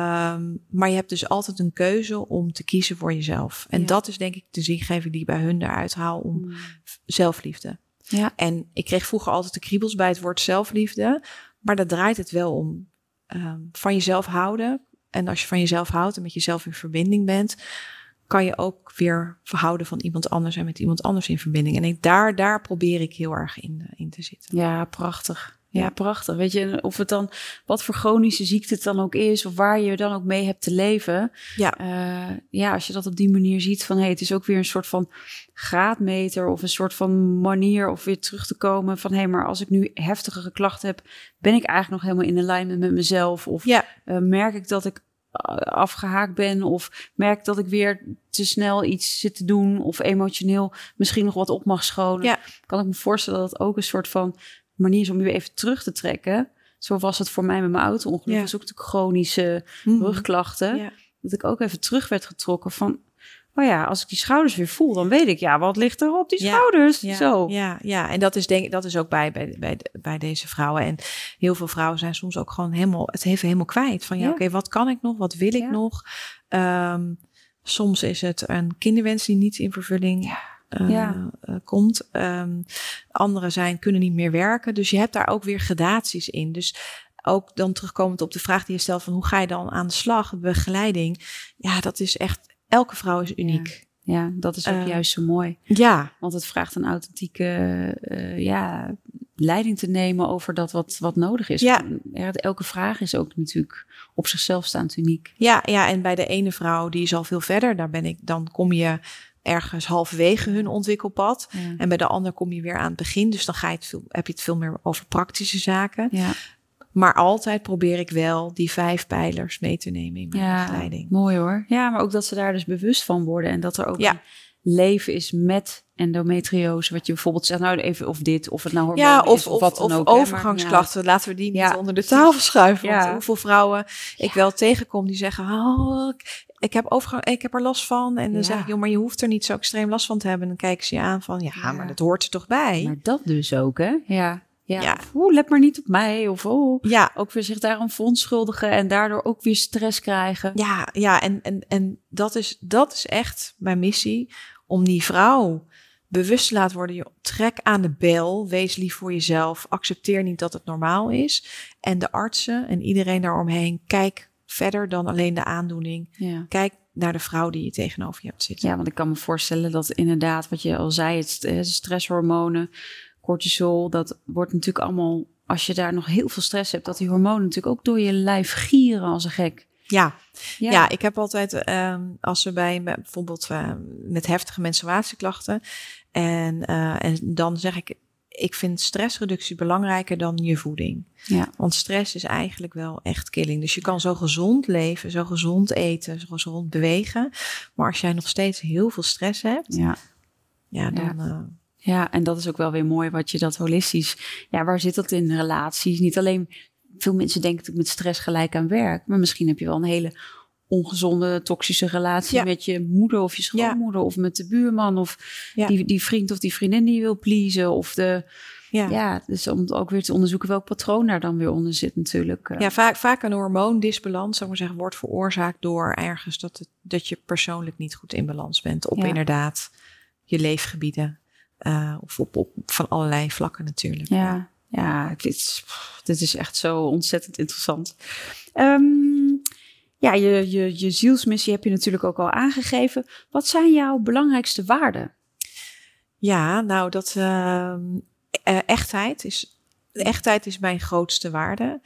Um, maar je hebt dus altijd een keuze om te kiezen voor jezelf. En ja. dat is denk ik de zingeving die ik bij hun eruit haal om mm. zelfliefde. Ja. En ik kreeg vroeger altijd de kriebels bij het woord zelfliefde. Maar daar draait het wel om. Um, van jezelf houden. En als je van jezelf houdt en met jezelf in verbinding bent, kan je ook weer verhouden van iemand anders en met iemand anders in verbinding. En ik, daar, daar probeer ik heel erg in, in te zitten. Ja, prachtig. Ja, ja, prachtig. Weet je, of het dan, wat voor chronische ziekte het dan ook is, of waar je dan ook mee hebt te leven. Ja, uh, ja als je dat op die manier ziet van, hey, het is ook weer een soort van graadmeter of een soort van manier of weer terug te komen van, hé, hey, maar als ik nu heftige klachten heb, ben ik eigenlijk nog helemaal in alignment met mezelf? Of ja. uh, merk ik dat ik afgehaakt ben of merk dat ik weer te snel iets zit te doen of emotioneel misschien nog wat op mag schonen. Ja. Kan ik me voorstellen dat het ook een soort van manier is om je weer even terug te trekken. Zo was het voor mij met mijn auto-ongeluk. Ja. Dat is ook natuurlijk chronische mm-hmm. rugklachten. Ja. Dat ik ook even terug werd getrokken van, oh ja, als ik die schouders weer voel, dan weet ik, ja, wat ligt er op die ja, schouders? Ja, Zo. Ja, ja, en dat is denk ik, dat is ook bij, bij, bij, bij deze vrouwen. En heel veel vrouwen zijn soms ook gewoon helemaal, het heeft helemaal kwijt. Van ja, ja. oké, okay, wat kan ik nog? Wat wil ik ja. nog? Um, soms is het een kinderwens die niet in vervulling ja. Uh, ja. uh, komt. Um, anderen zijn, kunnen niet meer werken. Dus je hebt daar ook weer gradaties in. Dus ook dan terugkomend op de vraag die je stelt van hoe ga je dan aan de slag? Begeleiding. Ja, dat is echt, elke vrouw is uniek. Ja, ja dat is ook uh, juist zo mooi. Ja. Want het vraagt een authentieke uh, ja, leiding te nemen over dat wat, wat nodig is. Ja. Ja, elke vraag is ook natuurlijk op zichzelf staand uniek. Ja, ja, en bij de ene vrouw die is al veel verder. Daar ben ik, dan kom je ergens halverwege hun ontwikkelpad. Ja. En bij de ander kom je weer aan het begin. Dus dan ga je het veel, heb je het veel meer over praktische zaken. Ja. Maar altijd probeer ik wel die vijf pijlers mee te nemen in mijn ja, begeleiding. Mooi hoor. Ja, maar ook dat ze daar dus bewust van worden. En dat er ook ja. een leven is met endometriose. Wat je bijvoorbeeld zegt, nou even of dit, of het nou hormonen ja, of, is, of, of wat dan of ook. hè, maar, overgangsklachten. ja. Laten we die niet Ja, onder de tafel schuiven. Want Ja. hoeveel vrouwen ik wel tegenkom die zeggen... Oh, ik, ik, heb overgang, ik heb er last van. En dan Ja. zeg ik, joh, maar je hoeft er niet zo extreem last van te hebben. En dan kijken ze je aan van, ja, Ja. maar dat hoort er toch bij? Maar dat dus ook, hè? Ja. Ja. Ja. Of, oeh, let maar niet op mij. Of oh, Ja, ook weer zich daarom verontschuldigen en daardoor ook weer stress krijgen. ja, ja. En, en, en dat, is, dat is echt mijn missie. Om die vrouw bewust te laten worden. Joh, trek aan de bel. Wees lief voor jezelf. Accepteer niet dat het normaal is. En de artsen en iedereen daaromheen. Kijk verder dan alleen de aandoening. Ja. Kijk naar de vrouw die je tegenover je hebt zitten. Ja, want ik kan me voorstellen dat inderdaad, wat je al zei, het st- eh, stresshormonen, cortisol, dat wordt natuurlijk allemaal, als je daar nog heel veel stress hebt, dat die hormonen natuurlijk ook door je lijf gieren als een gek. Ja, Ja, ja. ik heb altijd, ehm, als ze bij me, bijvoorbeeld uh, met heftige menstruatieklachten. En, uh, en dan zeg ik, ik vind stressreductie belangrijker dan je voeding. ja. Want stress is eigenlijk wel echt killing. Dus je kan zo gezond leven, zo gezond eten, zo gezond bewegen. Maar als jij nog steeds heel veel stress hebt, ja. ja, dan... Ja. Uh, Ja, en dat is ook wel weer mooi wat je dat holistisch... Ja, waar zit dat in relaties? Niet alleen... Veel mensen denken natuurlijk met stress gelijk aan werk. Maar misschien heb je wel een hele ongezonde, toxische relatie Ja. met je moeder of je schoonmoeder. Of met de buurman. Of Ja. die, die vriend of die vriendin die je wil pleasen. Of de... ja. Ja, dus om ook weer te onderzoeken welk patroon daar dan weer onder zit natuurlijk. Ja, vaak, vaak een hormoondisbalans, zou ik maar zeggen, wordt veroorzaakt door ergens dat, het, dat je persoonlijk niet goed in balans bent. Op Ja. inderdaad je leefgebieden. Uh, of op, op van allerlei vlakken natuurlijk. Ja, ja, dit is, dit is echt zo ontzettend interessant. Um, ja, je, je, je zielsmissie heb je natuurlijk ook al aangegeven. Wat zijn jouw belangrijkste waarden? Ja, nou, dat uh, uh, echtheid is, echtheid is mijn grootste waarde.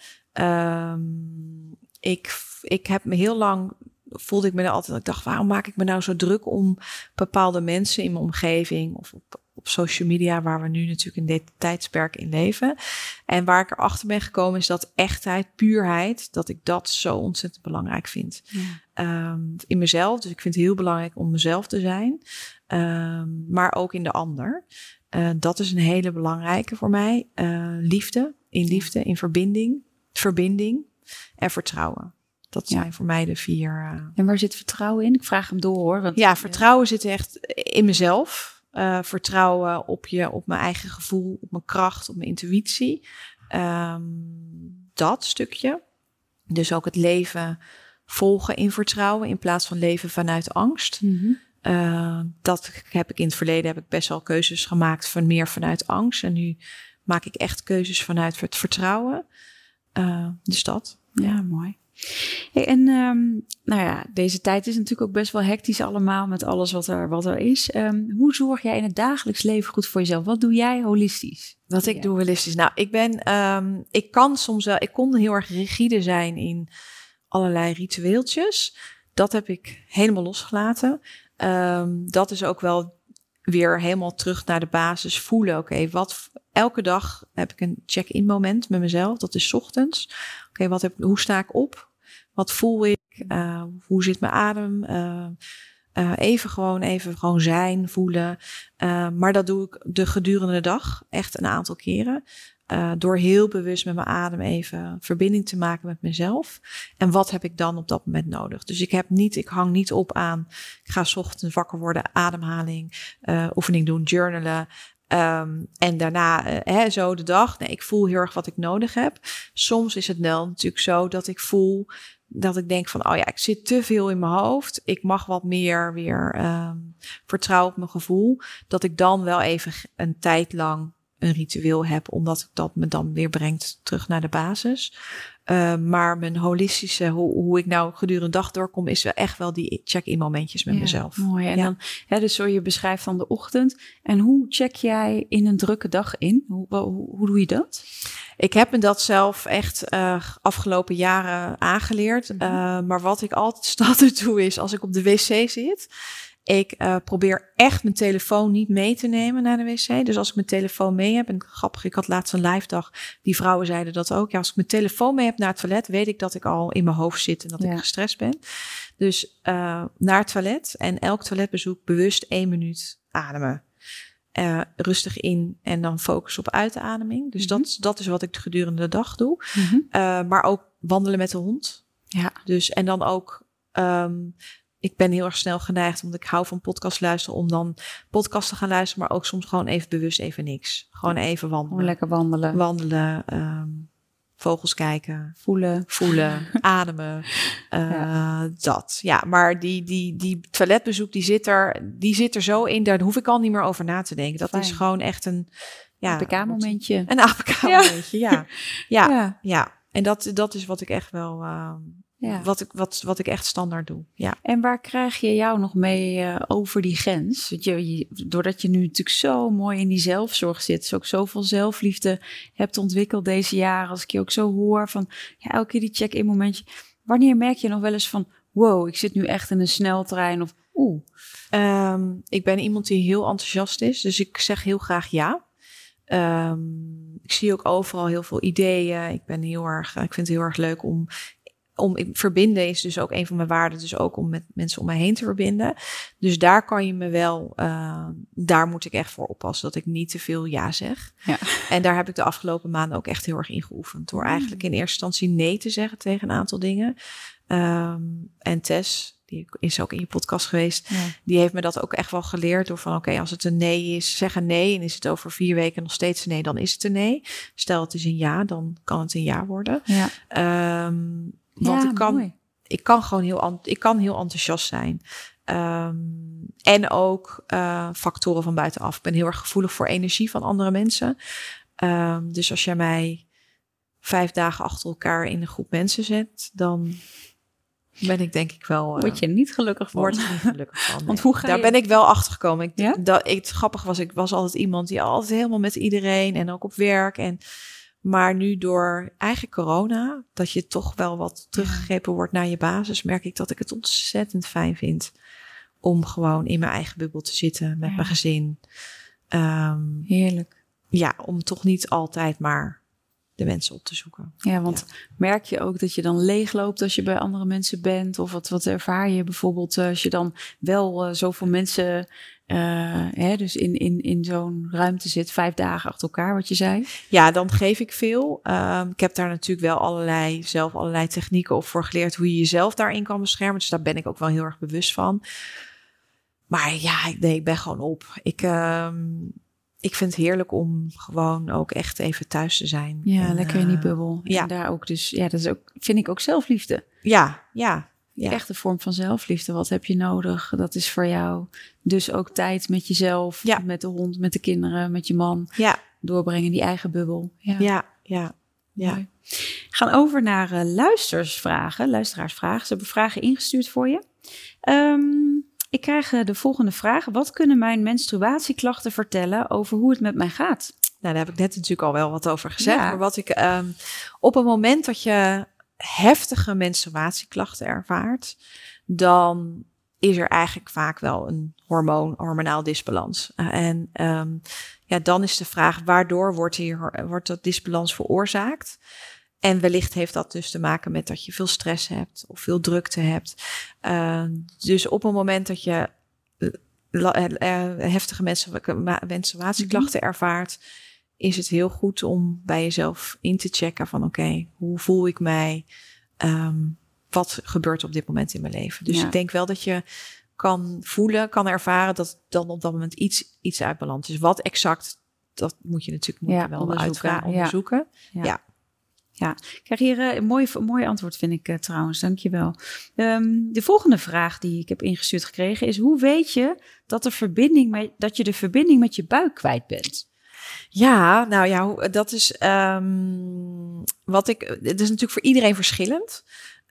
Um, ik, ik heb me heel lang, voelde ik me altijd, ik dacht, waarom maak ik me nou zo druk om bepaalde mensen in mijn omgeving of op, op social media, waar we nu natuurlijk in dit tijdsperk in leven. En waar ik erachter ben gekomen is dat echtheid, puurheid, dat ik dat zo ontzettend belangrijk vind. Ja. Um, in mezelf, dus ik vind het heel belangrijk om mezelf te zijn, um, maar ook in de ander. Uh, dat is een hele belangrijke voor mij. Uh, liefde, in liefde, in verbinding, verbinding en vertrouwen. Dat zijn ja. voor mij de vier. Uh... En waar zit vertrouwen in? Ik vraag hem door hoor. Want... Ja, vertrouwen zit echt in mezelf. Uh, vertrouwen op je, op mijn eigen gevoel, op mijn kracht, op mijn intuïtie. Um, dat stukje. Dus ook het leven volgen in vertrouwen in plaats van leven vanuit angst. Mm-hmm. Uh, dat heb ik in het verleden heb ik best wel keuzes gemaakt van meer vanuit angst. En nu maak ik echt keuzes vanuit het vertrouwen. Uh, dus dat. Ja, ja. Mooi. Hey, en um, nou ja, deze tijd is natuurlijk ook best wel hectisch allemaal met alles wat er, wat er is. Um, hoe zorg jij in het dagelijks leven goed voor jezelf? Wat doe jij holistisch? Wat ik ja. doe holistisch? Nou, ik ben, um, ik kan soms wel, ik kon heel erg rigide zijn in allerlei ritueeltjes. Dat heb ik helemaal losgelaten. Um, dat is ook wel weer helemaal terug naar de basis voelen. Oké, okay, wat elke dag heb ik een check-in moment met mezelf. Dat is 's ochtends. Oké, okay, wat heb, hoe sta ik op? Wat voel ik? Uh, hoe zit mijn adem? Uh, uh, even gewoon, even gewoon zijn, voelen. Uh, maar dat doe ik de gedurende dag echt een aantal keren. Uh, door heel bewust met mijn adem even verbinding te maken met mezelf. En wat heb ik dan op dat moment nodig? Dus ik heb niet, ik hang niet op aan, ik ga 's ochtends wakker worden, ademhaling, uh, oefening doen, journalen. Um, en daarna uh, hè, zo de dag. Nee, ik voel heel erg wat ik nodig heb. Soms is het wel natuurlijk zo dat ik voel dat ik denk van, oh ja, ik zit te veel in mijn hoofd. Ik mag wat meer weer um, vertrouwen op mijn gevoel. Dat ik dan wel even een tijd lang een ritueel heb, omdat dat me dan weer brengt terug naar de basis. Uh, maar mijn holistische, hoe, hoe ik nou gedurende de dag doorkom, is wel echt wel die check-in momentjes met ja, mezelf. Mooi. En ja. dan, hè, dus zo je beschrijft van de ochtend. En hoe check jij in een drukke dag in? Hoe, hoe, hoe doe je dat? Ik heb me dat zelf echt uh, afgelopen jaren aangeleerd. Mm-hmm. Uh, maar wat ik altijd, altijd doe is, als ik op de wc zit Ik uh, probeer echt mijn telefoon niet mee te nemen naar de wc. Dus als ik mijn telefoon mee heb, en grappig, ik had laatst een live dag, die vrouwen zeiden dat ook. Ja, als ik mijn telefoon mee heb naar het toilet, weet ik dat ik al in mijn hoofd zit en dat ja. ik gestrest ben. Dus uh, naar het toilet en elk toiletbezoek bewust één minuut ademen. Uh, rustig in en dan focus op uitademing. Dus mm-hmm. dat, dat is wat ik gedurende de dag doe. Mm-hmm. Uh, maar ook wandelen met de hond. Ja. Dus en dan ook... Um, ik ben heel erg snel geneigd, omdat ik hou van podcast luisteren, om dan podcast te gaan luisteren, maar ook soms gewoon even bewust even niks. Gewoon even wandelen. Gewoon lekker wandelen. Wandelen, um, vogels kijken. Voelen. Voelen, ademen. Uh, ja. Dat, ja. Maar die, die, die toiletbezoek, die zit, er, die zit er zo in, daar hoef ik al niet meer over na te denken. Dat Fijn. Is gewoon echt een... Ja, A P K-momentje. Een A P K-momentje, ja. Ja. Ja, ja. ja. En dat, dat is wat ik echt wel... Uh, Ja. Wat, ik, wat, wat ik echt standaard doe. Ja. En waar krijg je jou nog mee uh, over die grens? Want je, je, doordat je nu natuurlijk zo mooi in die zelfzorg zit, dus ook zoveel zelfliefde hebt ontwikkeld deze jaren. Als ik je ook zo hoor van ja, elke keer die check-in momentje. Wanneer merk je nog wel eens van wow, ik zit nu echt in een sneltrein of oeh? Um, ik ben iemand die heel enthousiast is, dus ik zeg heel graag ja. Um, ik zie ook overal heel veel ideeën. Ik ben heel erg, ik vind het heel erg leuk om... Om verbinden is dus ook een van mijn waarden. Dus ook om met mensen om mij heen te verbinden. Dus daar kan je me wel... Uh, daar moet ik echt voor oppassen. Dat ik niet te veel ja zeg. Ja. En daar heb ik de afgelopen maanden ook echt heel erg in geoefend. Door eigenlijk in eerste instantie nee te zeggen tegen een aantal dingen. Um, en Tess, die is ook in je podcast geweest. Ja. Die heeft me dat ook echt wel geleerd. Door van oké, okay, als het een nee is, zeg een nee. En is het over vier weken nog steeds een nee, dan is het een nee. Stel het is een ja, dan kan het een ja worden. Ja. Um, Want ja, ik kan, mooi. ik kan gewoon heel, ik kan heel enthousiast zijn. Um, en ook uh, factoren van buitenaf. Ik ben heel erg gevoelig voor energie van andere mensen. Um, dus als jij mij vijf dagen achter elkaar in een groep mensen zet, dan ben ik denk ik wel... Uh, word je niet gelukkig van. Word je niet gelukkig van. Nee. Want hoe ga Daar je... ben ik wel achter gekomen. Ik, ja? dat, ik, het grappige was, ik was altijd iemand die altijd helemaal met iedereen en ook op werk en... Maar nu door eigen corona, dat je toch wel wat teruggegrepen wordt naar je basis, merk ik dat ik het ontzettend fijn vind om gewoon in mijn eigen bubbel te zitten met ja. mijn gezin. Um, Heerlijk. Ja, om toch niet altijd maar de mensen op te zoeken. Ja, want ja. merk je ook dat je dan leegloopt als je bij andere mensen bent? Of wat, wat ervaar je bijvoorbeeld als je dan wel uh, zoveel mensen... Uh, hè, dus in, in, in zo'n ruimte zit, vijf dagen achter elkaar, wat je zei. Ja, dan geef ik veel. Um, ik heb daar natuurlijk wel allerlei, zelf allerlei technieken op voor geleerd hoe je jezelf daarin kan beschermen. Dus daar ben ik ook wel heel erg bewust van. Maar ja, nee, ik ben gewoon op. Ik, um, ik vind het heerlijk om gewoon ook echt even thuis te zijn. Ja, en, lekker in die bubbel. Ja. En daar ook dus, ja, dat is ook, vind ik ook zelfliefde. Ja, ja. Ja. Echt een vorm van zelfliefde. Wat heb je nodig? Dat is voor jou. Dus ook tijd met jezelf, ja. met de hond, met de kinderen, met je man. Ja. Doorbrengen, die eigen bubbel. Ja, ja, ja. ja. We gaan over naar uh, luistersvragen, luisteraarsvragen. Ze hebben vragen ingestuurd voor je. Um, ik krijg uh, de volgende vraag. Wat kunnen mijn menstruatieklachten vertellen over hoe het met mij gaat? Nou, daar heb ik net natuurlijk al wel wat over gezegd. Ja. Maar wat ik um, op het moment dat je heftige menstruatieklachten ervaart, dan is er eigenlijk vaak wel een hormoon, hormonaal disbalans. Uh, en um, ja, dan is de vraag, waardoor wordt, hier, wordt dat disbalans veroorzaakt? En wellicht heeft dat dus te maken met dat je veel stress hebt of veel drukte hebt. Uh, dus op het moment dat je uh, uh, heftige menstruatieklachten mm-hmm. ervaart, is het heel goed om bij jezelf in te checken van oké, okay, hoe voel ik mij? Um, wat gebeurt op dit moment in mijn leven? Dus ja. ik denk wel dat je kan voelen, kan ervaren dat dan op dat moment iets, iets uit balans is. Wat exact, dat moet je natuurlijk moet ja, je wel onderzoeken. Uitvra- onderzoeken. Ja. Ja. ja. Ja, ik krijg hier uh, een mooi, mooi antwoord, vind ik uh, trouwens. Dankjewel. Um, de volgende vraag die ik heb ingestuurd gekregen is: hoe weet je dat, de verbinding met, dat je de verbinding met je buik kwijt bent? Ja, nou ja, dat is um, wat ik. Het is natuurlijk voor iedereen verschillend.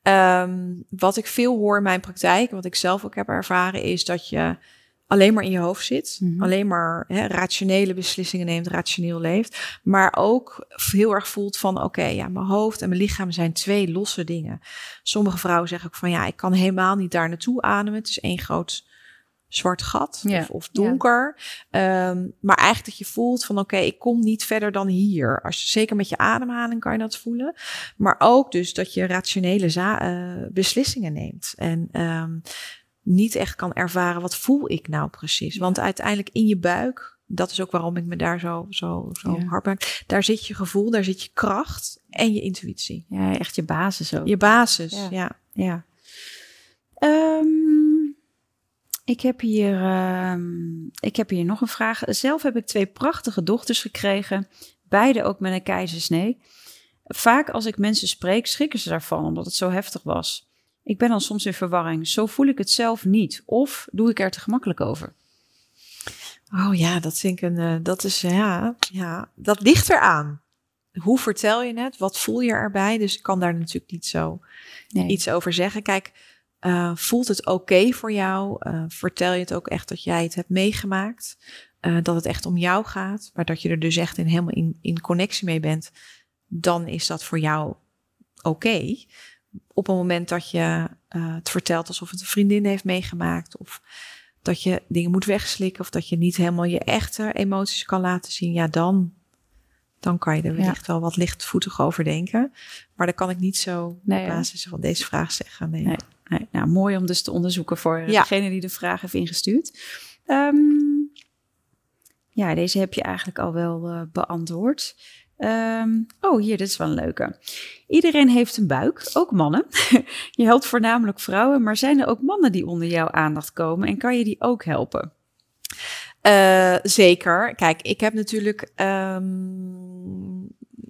Um, wat ik veel hoor in mijn praktijk, wat ik zelf ook heb ervaren, is dat je alleen maar in je hoofd zit. Mm-hmm. Alleen maar hè, rationele beslissingen neemt, rationeel leeft. Maar ook heel erg voelt van oké, okay, ja, mijn hoofd en mijn lichaam zijn twee losse dingen. Sommige vrouwen zeggen ook van ja, ik kan helemaal niet daar naartoe ademen. Het is één groot zwart gat Ja. of, of donker. Ja. Um, maar eigenlijk dat je voelt van oké, okay, ik kom niet verder dan hier. Als je, zeker met je ademhaling kan je dat voelen. Maar ook dus dat je rationele za- uh, beslissingen neemt. En um, niet echt kan ervaren wat voel ik nou precies. Ja. Want uiteindelijk in je buik, dat is ook waarom ik me daar zo, zo, zo ja. hard maak. Daar zit je gevoel, daar zit je kracht en je intuïtie. Ja, echt je basis ook. Je basis, ja. ja. ja. Um, ik, heb hier, um, ik heb hier nog een vraag. Zelf heb ik twee prachtige dochters gekregen. Beide ook met een keizersnee. Vaak als ik mensen spreek, schrikken ze daarvan, omdat het zo heftig was. Ik ben dan soms in verwarring. Zo voel ik het zelf niet. Of doe ik er te gemakkelijk over? Oh ja, dat vind ik een, uh, dat is, ja, ja, dat ligt eraan. Hoe vertel je het? Wat voel je erbij? Dus ik kan daar natuurlijk niet zo nee. iets over zeggen. Kijk, uh, voelt het oké okay voor jou? Uh, vertel je het ook echt dat jij het hebt meegemaakt? Uh, dat het echt om jou gaat? Maar dat je er dus echt in, helemaal in, in connectie mee bent. Dan is dat voor jou oké. Okay. Op een moment dat je uh, het vertelt alsof het een vriendin heeft meegemaakt. Of dat je dingen moet wegslikken. Of dat je niet helemaal je echte emoties kan laten zien. Ja, dan... Dan kan je er wellicht ja. wel wat lichtvoetig over denken. Maar dat kan ik niet zo nee, op basis van deze vraag zeggen. Nee. Nee, nee. Nou, mooi om dus te onderzoeken voor ja. degene die de vraag heeft ingestuurd. Um, ja, deze heb je eigenlijk al wel uh, beantwoord. Um, oh, hier, dit is wel een leuke. Iedereen heeft een buik, ook mannen. Je helpt voornamelijk vrouwen, maar zijn er ook mannen die onder jouw aandacht komen? En kan je die ook helpen? Uh, zeker. Kijk, ik heb natuurlijk um,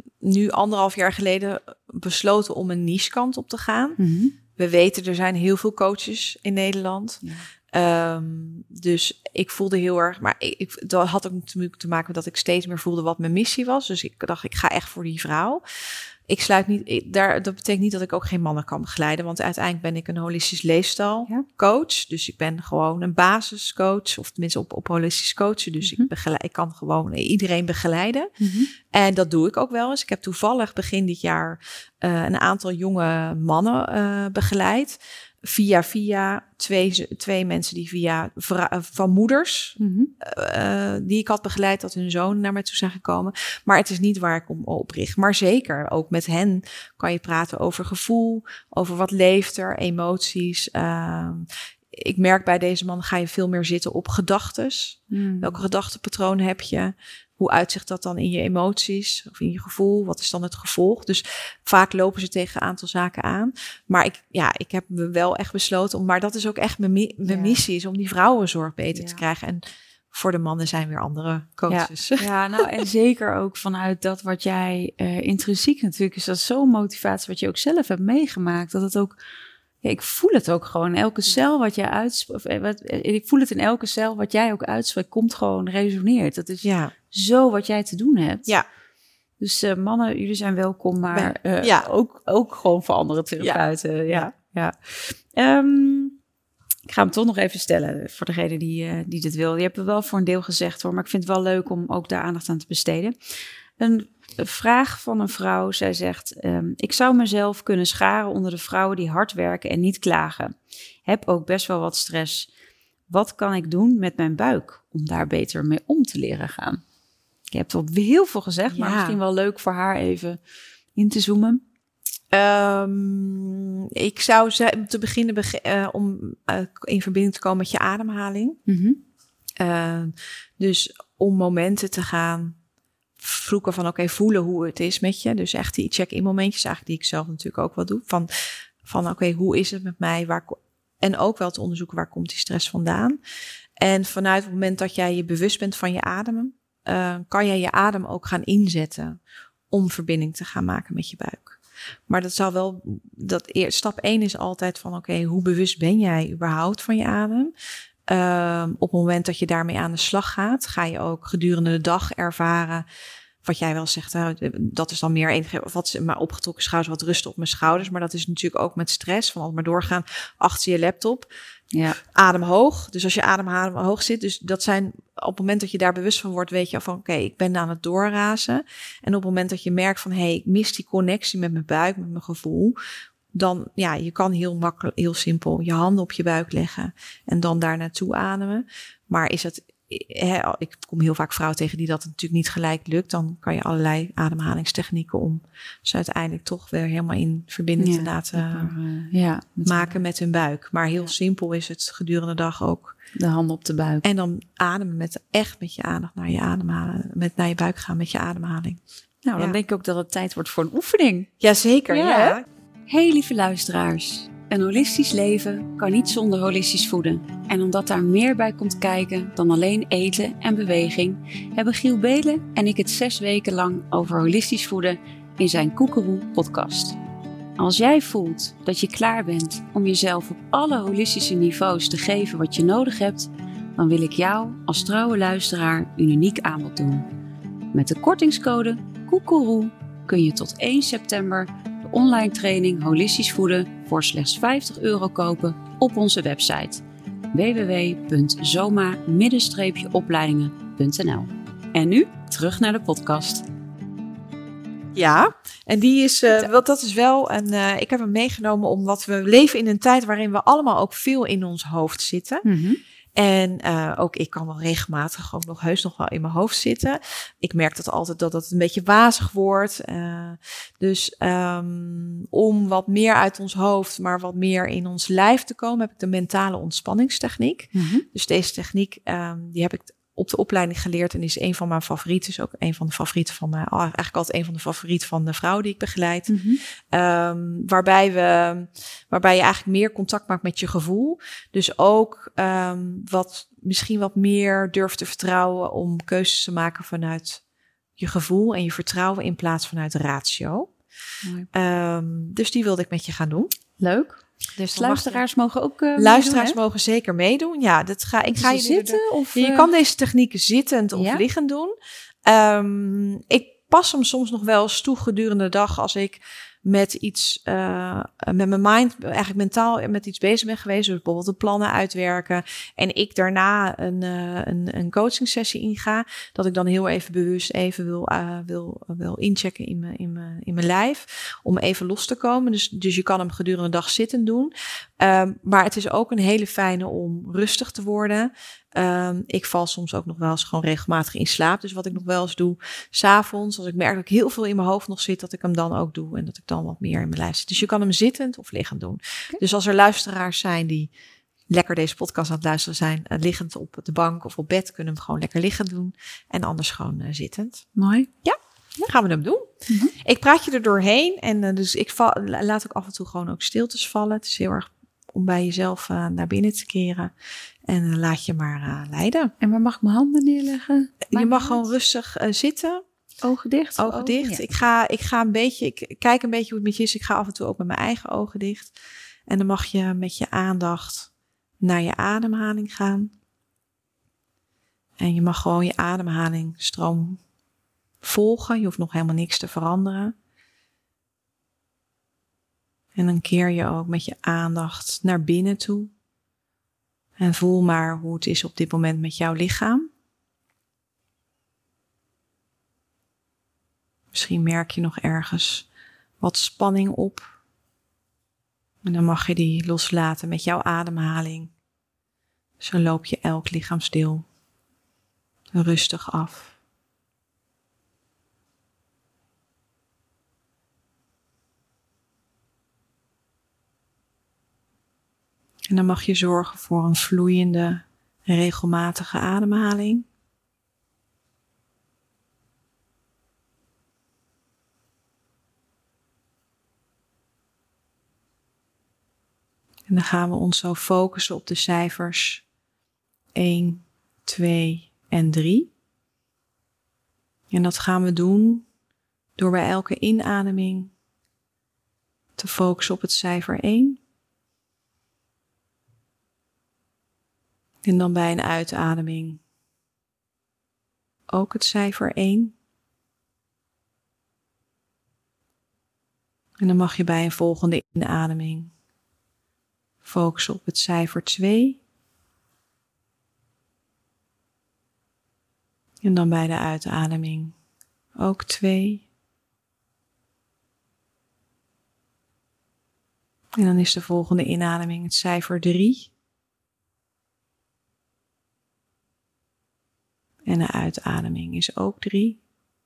nu anderhalf jaar geleden besloten om een niche-kant op te gaan. Mm-hmm. We weten, er zijn heel veel coaches in Nederland. Ja. Um, dus ik voelde heel erg... Maar ik, ik, dat had ook natuurlijk te maken met dat ik steeds meer voelde wat mijn missie was. Dus ik dacht, ik ga echt voor die vrouw. Ik sluit niet... Ik, daar, dat betekent niet dat ik ook geen mannen kan begeleiden. Want uiteindelijk ben ik een holistisch leefstijlcoach. Ja. Dus ik ben gewoon een basiscoach. Of tenminste op, op holistisch coachen. Dus mm-hmm. ik, begeleid, ik kan gewoon iedereen begeleiden. Mm-hmm. En dat doe ik ook wel eens. Ik heb toevallig begin dit jaar uh, een aantal jonge mannen uh, begeleid. Via via twee, twee mensen die via vra- van moeders mm-hmm. uh, die ik had begeleid, dat hun zoon naar mij toe zijn gekomen. Maar het is niet waar ik om op richt. Maar zeker ook met hen kan je praten over gevoel, over wat leeft er, emoties. Uh, ik merk bij deze man ga je veel meer zitten op gedachtes. Mm. Welke gedachtenpatronen heb je? Hoe uitzicht dat dan in je emoties of in je gevoel? Wat is dan het gevolg? Dus vaak lopen ze tegen een aantal zaken aan. Maar ik, ja, ik heb me wel echt besloten om... Maar dat is ook echt mijn, mijn ja. missie, is om die vrouwenzorg beter ja. te krijgen. En voor de mannen zijn weer andere coaches. Ja, ja nou en zeker ook vanuit dat wat jij uh, intrinsiek natuurlijk is. Dat zo'n motivatie wat je ook zelf hebt meegemaakt. Dat het ook... Ja, ik voel het ook gewoon. Elke cel wat jij uitspreekt, ik voel het in elke cel wat jij ook uitspreekt, komt gewoon, resoneert. Dat is ja. zo wat jij te doen hebt. Ja. Dus uh, mannen, jullie zijn welkom, maar uh, ja. ook, ook gewoon voor andere therapeuten. Ja. Ja. Ja. Um, ik ga hem toch nog even stellen voor degene die, uh, die dit wil. Je hebt het wel voor een deel gezegd hoor, maar ik vind het wel leuk om ook daar aandacht aan te besteden. Een vraag van een vrouw, zij zegt... Um, ik zou mezelf kunnen scharen onder de vrouwen die hard werken en niet klagen. Heb ook best wel wat stress. Wat kan ik doen met mijn buik om daar beter mee om te leren gaan? Je hebt al heel veel gezegd, ja. maar misschien wel leuk voor haar even in te zoomen. Um, ik zou ze, te beginnen beg- uh, om uh, in verbinding te komen met je ademhaling. Mm-hmm. Uh, dus om momenten te gaan... vroegen van oké, okay, voelen hoe het is met je. Dus echt die check-in momentjes, eigenlijk die ik zelf natuurlijk ook wel doe. Van, van oké, okay, hoe is het met mij? Waar, en ook wel te onderzoeken, waar komt die stress vandaan? En vanuit het moment dat jij je bewust bent van je ademen, uh, kan jij je adem ook gaan inzetten om verbinding te gaan maken met je buik. Maar dat zal wel, dat eer, stap één is altijd van oké, okay, hoe bewust ben jij überhaupt van je adem? Um, op het moment dat je daarmee aan de slag gaat, ga je ook gedurende de dag ervaren. Wat jij wel zegt, nou, dat is dan meer enige, wat maar opgetrokken schouders, wat rust op mijn schouders. Maar dat is natuurlijk ook met stress, van altijd maar doorgaan achter je laptop. Ja. Adem hoog. Dus als je adem hoog zit, dus dat zijn op het moment dat je daar bewust van wordt, weet je van oké, okay, ik ben aan het doorrazen. En op het moment dat je merkt van hé, hey, ik mis die connectie met mijn buik, met mijn gevoel. dan, ja, je kan heel makkelijk, heel simpel je handen op je buik leggen en dan daar naartoe ademen. Maar is het, hè, ik kom heel vaak vrouwen tegen die dat natuurlijk niet gelijk lukt. Dan kan je allerlei ademhalingstechnieken om ze uiteindelijk toch weer helemaal in verbinding ja, te laten maar, uh, ja, met maken met hun buik. Maar heel ja. simpel is het gedurende de dag ook. De handen op de buik. En dan ademen met echt met je aandacht naar je ademhalen, met naar je buik gaan met je ademhaling. Nou, dan ja. denk ik ook dat het tijd wordt voor een oefening. Jazeker, ja. ja. Hey lieve luisteraars, een holistisch leven kan niet zonder holistisch voeden. En omdat daar meer bij komt kijken dan alleen eten en beweging, hebben Giel Belen en ik het zes weken lang over holistisch voeden in zijn Koekeroe podcast. Als jij voelt dat je klaar bent om jezelf op alle holistische niveaus te geven wat je nodig hebt, dan wil ik jou als trouwe luisteraar een uniek aanbod doen. Met de kortingscode Koekeroe kun je tot één september de online training Holistisch Voeden voor slechts vijftig euro kopen op onze website w w w punt zoma opleidingen punt n l. En nu terug naar de podcast. Ja, en die is, uh, wat dat is wel, en uh, ik heb hem meegenomen omdat we leven in een tijd waarin we allemaal ook veel in ons hoofd zitten. Mm-hmm. En uh, ook ik kan wel regelmatig ook nog heus nog wel in mijn hoofd zitten. Ik merk dat altijd dat het een beetje wazig wordt. Uh, dus um, om wat meer uit ons hoofd, maar wat meer in ons lijf te komen, heb ik de mentale ontspanningstechniek. Mm-hmm. Dus deze techniek, um, die heb ik op de opleiding geleerd en is een van mijn favorieten. Is ook een van de favorieten van mijn, eigenlijk altijd een van de favorieten van de vrouwen die ik begeleid. Mm-hmm. Um, waarbij we, waarbij je eigenlijk meer contact maakt met je gevoel. Dus ook um, wat misschien wat meer durft te vertrouwen om keuzes te maken vanuit je gevoel en je vertrouwen in plaats vanuit de ratio. Um, dus die wilde ik met je gaan doen. Leuk. Dus luisteraars je, mogen ook uh, luisteraars meedoen, mogen zeker meedoen. Ja, dat ga ik ga je zitten de, of je uh, kan deze technieken zittend of ja? liggend doen. Um, ik pas hem soms nog wel eens toe gedurende de dag als ik met iets, uh, met mijn mind, eigenlijk mentaal met iets bezig ben geweest. Dus bijvoorbeeld de plannen uitwerken. En ik daarna een, uh, een, een coaching sessie inga. Dat ik dan heel even bewust even wil, uh, wil, wil inchecken in mijn, in mijn, in mijn lijf. Om even los te komen. Dus, dus je kan hem gedurende de dag zittend doen. Um, maar het is ook een hele fijne om rustig te worden. Um, ik val soms ook nog wel eens gewoon regelmatig in slaap. Dus wat ik nog wel eens doe, 's avonds, als ik merk dat ik heel veel in mijn hoofd nog zit, dat ik hem dan ook doe en dat ik dan wat meer in mijn lijf zit. Dus je kan hem zittend of liggend doen. Okay. Dus als er luisteraars zijn die lekker deze podcast aan het luisteren zijn, uh, liggend op de bank of op bed, kunnen we hem gewoon lekker liggend doen. En anders gewoon uh, zittend. Mooi. Ja, dan gaan we hem doen. Mm-hmm. Ik praat je er doorheen en uh, dus ik val, laat ook af en toe gewoon ook stiltes vallen. Het is heel erg om bij jezelf uh, naar binnen te keren. En uh, laat je maar uh, leiden. En waar mag ik mijn handen neerleggen? Je mag gewoon rustig uh, zitten. Ogen dicht? Ogen oh, dicht. Ja. Ik, ga, ik ga een beetje, ik kijk een beetje hoe het met je is. Ik ga af en toe ook met mijn eigen ogen dicht. En dan mag je met je aandacht naar je ademhaling gaan. En je mag gewoon je ademhalingsstroom volgen. Je hoeft nog helemaal niks te veranderen. En dan keer je ook met je aandacht naar binnen toe. En voel maar hoe het is op dit moment met jouw lichaam. Misschien merk je nog ergens wat spanning op. En dan mag je die loslaten met jouw ademhaling. Zo loop je elk lichaamsdeel rustig af. En dan mag je zorgen voor een vloeiende, regelmatige ademhaling. En dan gaan we ons zo focussen op de cijfers één, twee en drie. En dat gaan we doen door bij elke inademing te focussen op het cijfer één. En dan bij een uitademing ook het cijfer één. En dan mag je bij een volgende inademing focussen op het cijfer twee. En dan bij de uitademing ook twee. En dan is de volgende inademing het cijfer drie. En de uitademing is ook drie.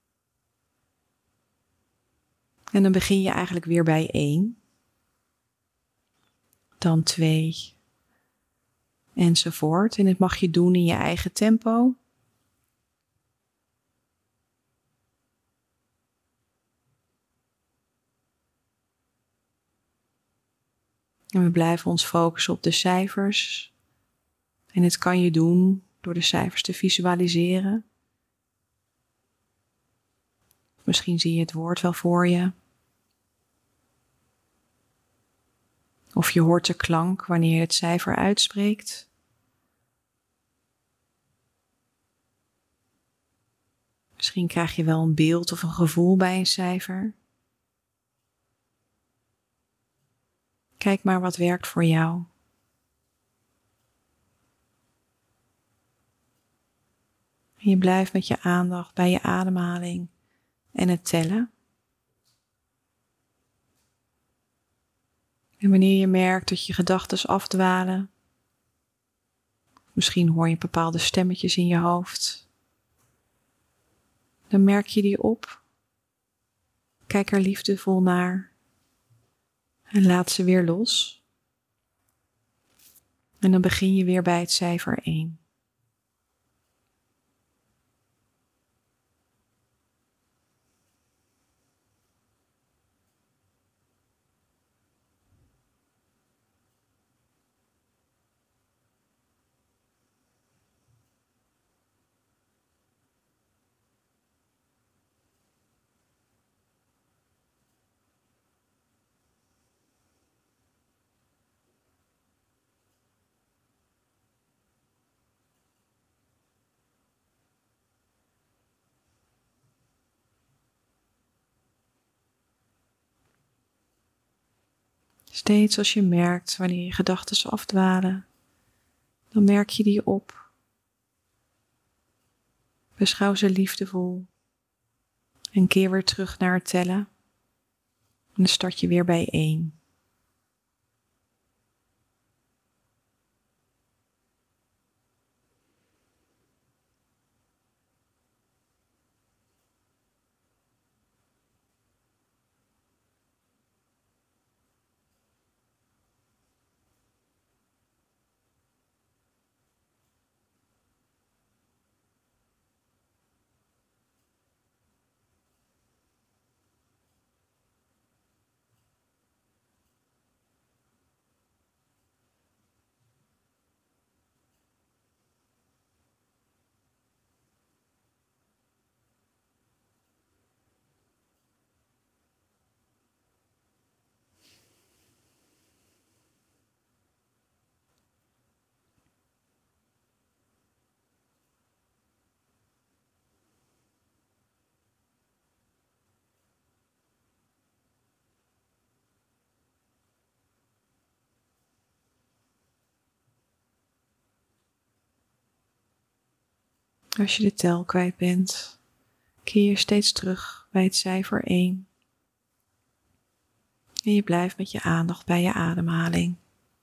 En dan begin je eigenlijk weer bij één. Dan twee. Enzovoort. En dit mag je doen in je eigen tempo. En we blijven ons focussen op de cijfers. En dit kan je doen door de cijfers te visualiseren. Misschien zie je het woord wel voor je. Of je hoort de klank wanneer je het cijfer uitspreekt. Misschien krijg je wel een beeld of een gevoel bij een cijfer. Kijk maar wat werkt voor jou. En je blijft met je aandacht bij je ademhaling en het tellen. En wanneer je merkt dat je gedachten afdwalen, misschien hoor je bepaalde stemmetjes in je hoofd, dan merk je die op. Kijk er liefdevol naar en laat ze weer los. En dan begin je weer bij het cijfer één. Steeds als je merkt wanneer je gedachten afdwalen, dan merk je die op. Beschouw ze liefdevol en keer weer terug naar het tellen. En dan start je weer bij één. Als je de tel kwijt bent, keer je steeds terug bij het cijfer één. En je blijft met je aandacht bij je ademhaling.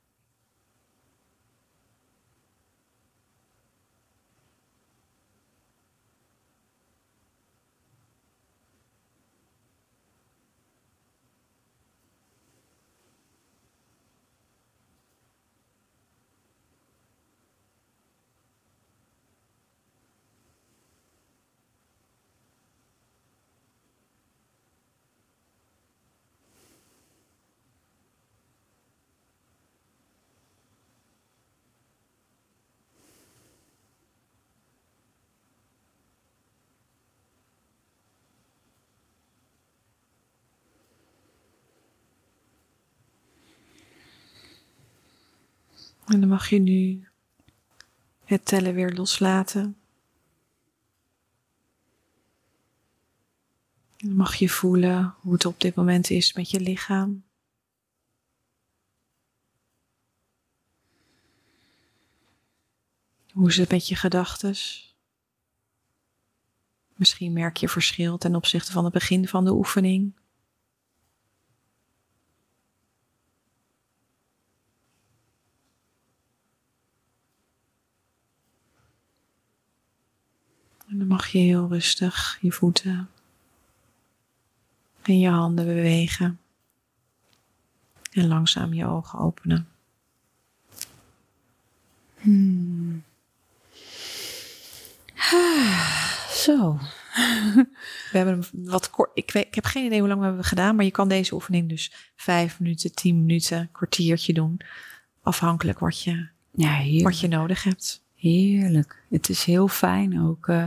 En dan mag je nu het tellen weer loslaten. En dan mag je voelen hoe het op dit moment is met je lichaam. Hoe is het met je gedachtes? Misschien merk je verschil ten opzichte van het begin van de oefening. mag je heel rustig je voeten en je handen bewegen. En langzaam je ogen openen. Hmm. Zo. We hebben hem wat kort. Ik, weet, ik heb geen idee hoe lang we hebben gedaan, maar je kan deze oefening dus vijf minuten, tien minuten, kwartiertje doen. Afhankelijk wat je, Ja, heerlijk. wat je nodig hebt. Heerlijk. Het is heel fijn ook uh,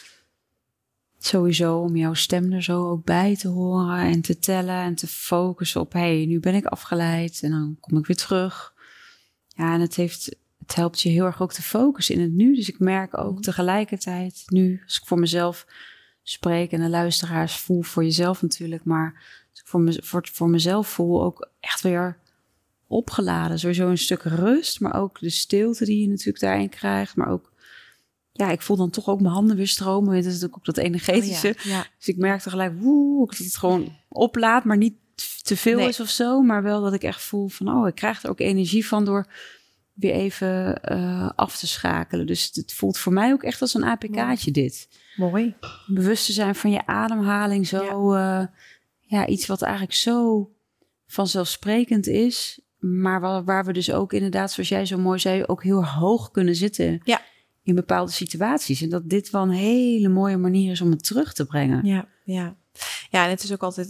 sowieso om jouw stem er zo ook bij te horen en te tellen en te focussen op, hé, hey, nu ben ik afgeleid en dan kom ik weer terug. Ja, en het heeft, het helpt je heel erg ook te focussen in het nu. Dus ik merk ook tegelijkertijd nu, als ik voor mezelf spreek en de luisteraars voel, voor jezelf natuurlijk, maar als ik voor, me, voor, voor mezelf voel ook echt weer opgeladen. Sowieso een stuk rust, maar ook de stilte die je natuurlijk daarin krijgt. Maar ook, ja, ik voel dan toch ook mijn handen weer stromen. Het is natuurlijk ook dat energetische. Oh ja, ja. Dus ik merk tegelijk, woe, dat het gewoon oplaat, maar niet te veel nee. is of zo. Maar wel dat ik echt voel van, oh, ik krijg er ook energie van door weer even uh, af te schakelen. Dus het voelt voor mij ook echt als een A P K'tje dit. Mooi. Bewust te zijn van je ademhaling. Zo, ja, uh, ja iets wat eigenlijk zo vanzelfsprekend is. Maar waar, waar we dus ook inderdaad, zoals jij zo mooi zei, ook heel hoog kunnen zitten. Ja. In bepaalde situaties. En dat dit wel een hele mooie manier is om het terug te brengen. Ja, ja. Ja, en het is ook altijd,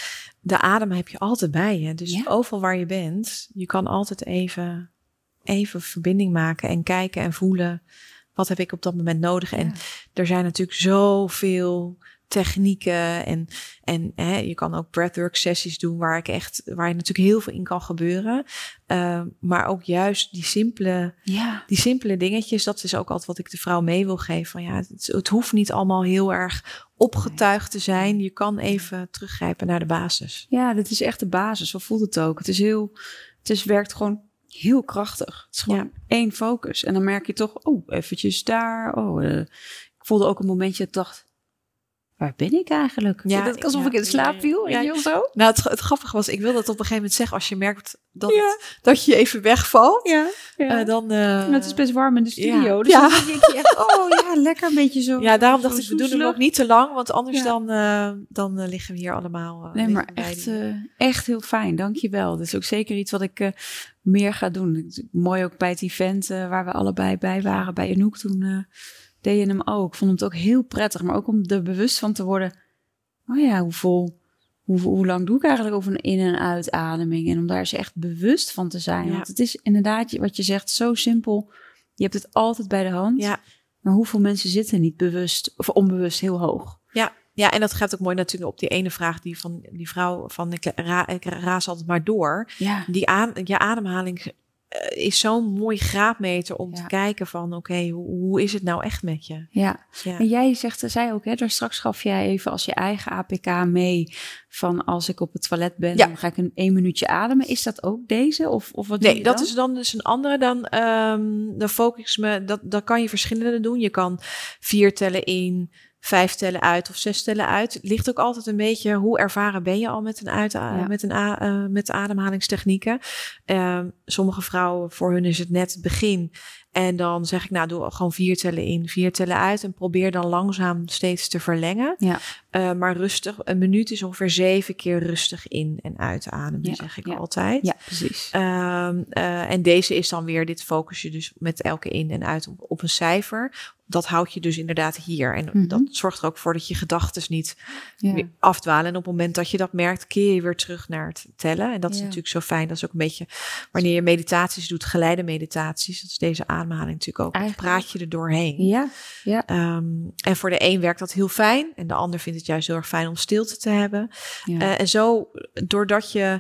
de adem heb je altijd bij je. Dus ja. overal waar je bent, je kan altijd even, even verbinding maken en kijken en voelen, wat heb ik op dat moment nodig? Ja. En er zijn natuurlijk zoveel technieken en, en hè, je kan ook breathwork sessies doen waar ik echt, waar je natuurlijk heel veel in kan gebeuren. Uh, maar ook juist die simpele, ja. die simpele dingetjes, dat is ook altijd wat ik de vrouw mee wil geven. Van ja, het, het hoeft niet allemaal heel erg opgetuigd te zijn. Je kan even teruggrijpen naar de basis. Ja, dat is echt de basis. Zo voelt het ook. Het is heel, het is, werkt gewoon heel krachtig. Het is gewoon ja. één focus. En dan merk je toch, oh, eventjes daar. Oh, uh, ik voelde ook een momentje dat ik dacht, waar ben ik eigenlijk? Ja, dat alsof ja, ik in slaap viel, ja, weet je, of zo. Nou, het, het grappige was, ik wilde dat op een gegeven moment zeggen, als je merkt dat, ja. het, dat je even wegvalt, ja, ja. Uh, dan... Uh, het is best warm in de studio, ja. dus ja. dan denk je echt, oh ja, lekker een beetje zo. Ja, daarom zo dacht ik, we doen hem ook niet te lang, want anders ja. dan, uh, dan uh, liggen we hier allemaal... Uh, nee, maar echt, uh, echt heel fijn, dankjewel. Dat is ook zeker iets wat ik uh, meer ga doen. Mooi ook bij het event uh, waar we allebei bij waren, bij Anouk toen uh, deed je hem ook. Ik vond het ook heel prettig, maar ook om er bewust van te worden, oh ja, hoeveel, hoe, hoe lang doe ik eigenlijk over een in- en uitademing? En om daar eens echt bewust van te zijn. Ja. Want het is inderdaad, wat je zegt, zo simpel. Je hebt het altijd bij de hand. Ja. Maar hoeveel mensen zitten niet bewust of onbewust heel hoog? Ja, ja, en dat gaat ook mooi natuurlijk op die ene vraag die van die vrouw van ik, ra, ik raas altijd maar door. Ja. Die aan, je ademhaling is zo'n mooi graadmeter om ja. te kijken van oké, okay, hoe, hoe is het nou echt met je? Ja, ja. En jij zegt, zei ook, hè, daar straks gaf jij even als je eigen A P K mee van als ik op het toilet ben, ja. dan ga ik een één minuutje ademen. Is dat ook deze? Of, of wat nee, dat is dan dus een andere. Dan, um, dan focus me, dat, dan kan je verschillende doen. Je kan vier tellen in, vijf tellen uit of zes tellen uit. Het ligt ook altijd een beetje, hoe ervaren ben je al met een, uit, ja. met een uh, met ademhalingstechnieken. Uh, sommige vrouwen, voor hun is het net het begin. En dan zeg ik, nou, doe gewoon vier tellen in, vier tellen uit. En probeer dan langzaam steeds te verlengen. Ja. Uh, maar rustig. Een minuut is ongeveer zeven keer rustig in en uitademen, ja. zeg ik ja. altijd. Ja, precies. Uh, uh, en deze is dan weer, dit focus je dus met elke in en uit op, op een cijfer. Dat houd je dus inderdaad hier. En mm-hmm. dat zorgt er ook voor dat je gedachten niet ja. weer afdwalen. En op het moment dat je dat merkt, keer je weer terug naar het tellen. En dat is ja. natuurlijk zo fijn. Dat is ook een beetje, wanneer je meditaties doet, geleide meditaties. Dat is deze ademhaling natuurlijk ook. Eigenlijk. Praat je er doorheen. Ja, ja. Um, en voor de een werkt dat heel fijn. En de ander vindt het juist heel erg fijn om stilte te hebben. Ja. Uh, en zo, doordat je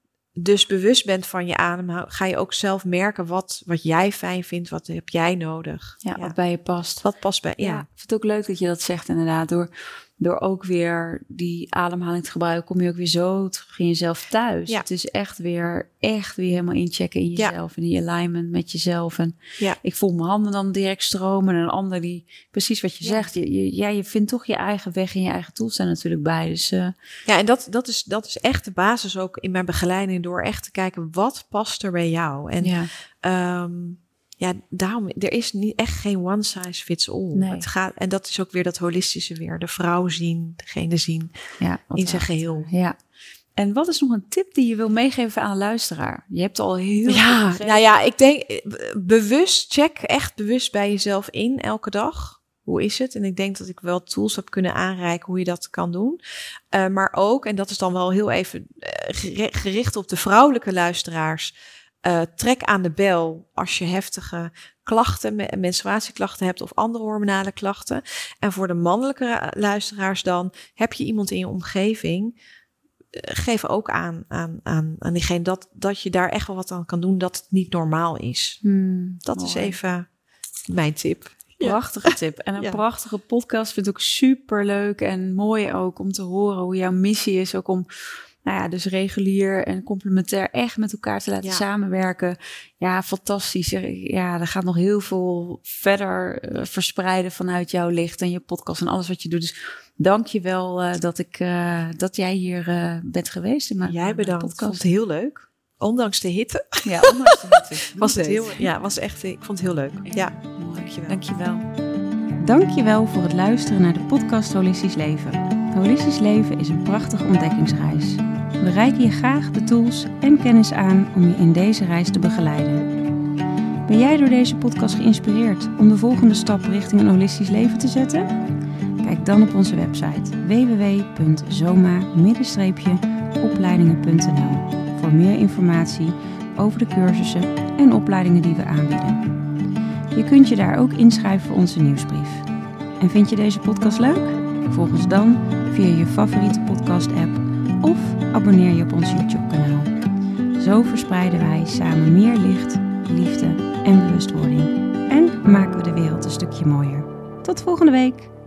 dus bewust bent van je adem, ga je ook zelf merken wat, wat jij fijn vindt, wat heb jij nodig. Ja, ja. wat bij je past. Wat past bij, ja. ja. Ik vind het ook leuk dat je dat zegt inderdaad. Door, door ook weer die ademhaling te gebruiken, kom je ook weer zo terug in jezelf thuis. Ja. Het is echt weer, echt weer helemaal inchecken in jezelf. Ja. En die alignment met jezelf. En ja. ik voel mijn handen dan direct stromen. En een ander die, precies wat je ja. zegt. Je, je, ja, je vindt toch je eigen weg en je eigen tools zijn natuurlijk bij. Dus, uh, ja, en dat, dat, is, dat is echt de basis ook in mijn begeleiding. Door echt te kijken, wat past er bij jou? En ja, um, ja, daarom, er is niet echt geen one size fits all. Nee. Het gaat, en dat is ook weer dat holistische weer. De vrouw zien, degene zien Ja, in zijn geheel. Ja. En wat is nog een tip die je wil meegeven aan de luisteraar? Je hebt al heel Ja, veel nou ja, ik denk bewust, check echt bewust bij jezelf in elke dag. Hoe is het? En ik denk dat ik wel tools heb kunnen aanreiken hoe je dat kan doen. Uh, maar ook, en dat is dan wel heel even uh, gericht op de vrouwelijke luisteraars. Uh, trek aan de bel als je heftige klachten, menstruatieklachten hebt of andere hormonale klachten. En voor de mannelijke luisteraars dan, heb je iemand in je omgeving, geef ook aan, aan, aan, aan diegene dat, dat je daar echt wel wat aan kan doen, dat het niet normaal is. Hmm, dat mooi. is even mijn tip. Prachtige ja. tip. En een ja. prachtige podcast. Vind ik ook super leuk en mooi ook om te horen hoe jouw missie is. Ook om, nou ja, dus regulier en complementair echt met elkaar te laten ja. samenwerken. Ja, fantastisch. Ja, er gaat nog heel veel verder uh, verspreiden vanuit jouw licht en je podcast en alles wat je doet. Dus dank je wel uh, dat, ik, uh, dat jij hier uh, bent geweest in mijn, jij bedankt. Podcast. Ik vond het heel leuk. Ondanks de hitte. Ja, ondanks de hitte. was het heel, ja, was echt, ik vond het heel leuk. Ja, ja. Dankjewel. Dankjewel. Dankjewel voor het luisteren naar de podcast Holistisch Leven. Holistisch Leven is een prachtige ontdekkingsreis. We reiken je graag de tools en kennis aan om je in deze reis te begeleiden. Ben jij door deze podcast geïnspireerd om de volgende stap richting een holistisch leven te zetten? Kijk dan op onze website w w w punt zoma opleidingen punt n l voor meer informatie over de cursussen en opleidingen die we aanbieden. Je kunt je daar ook inschrijven voor onze nieuwsbrief. En vind je deze podcast leuk? Volg ons dan via je favoriete podcast-app of abonneer je op ons YouTube-kanaal. Zo verspreiden wij samen meer licht, liefde en bewustwording. En maken we de wereld een stukje mooier. Tot volgende week!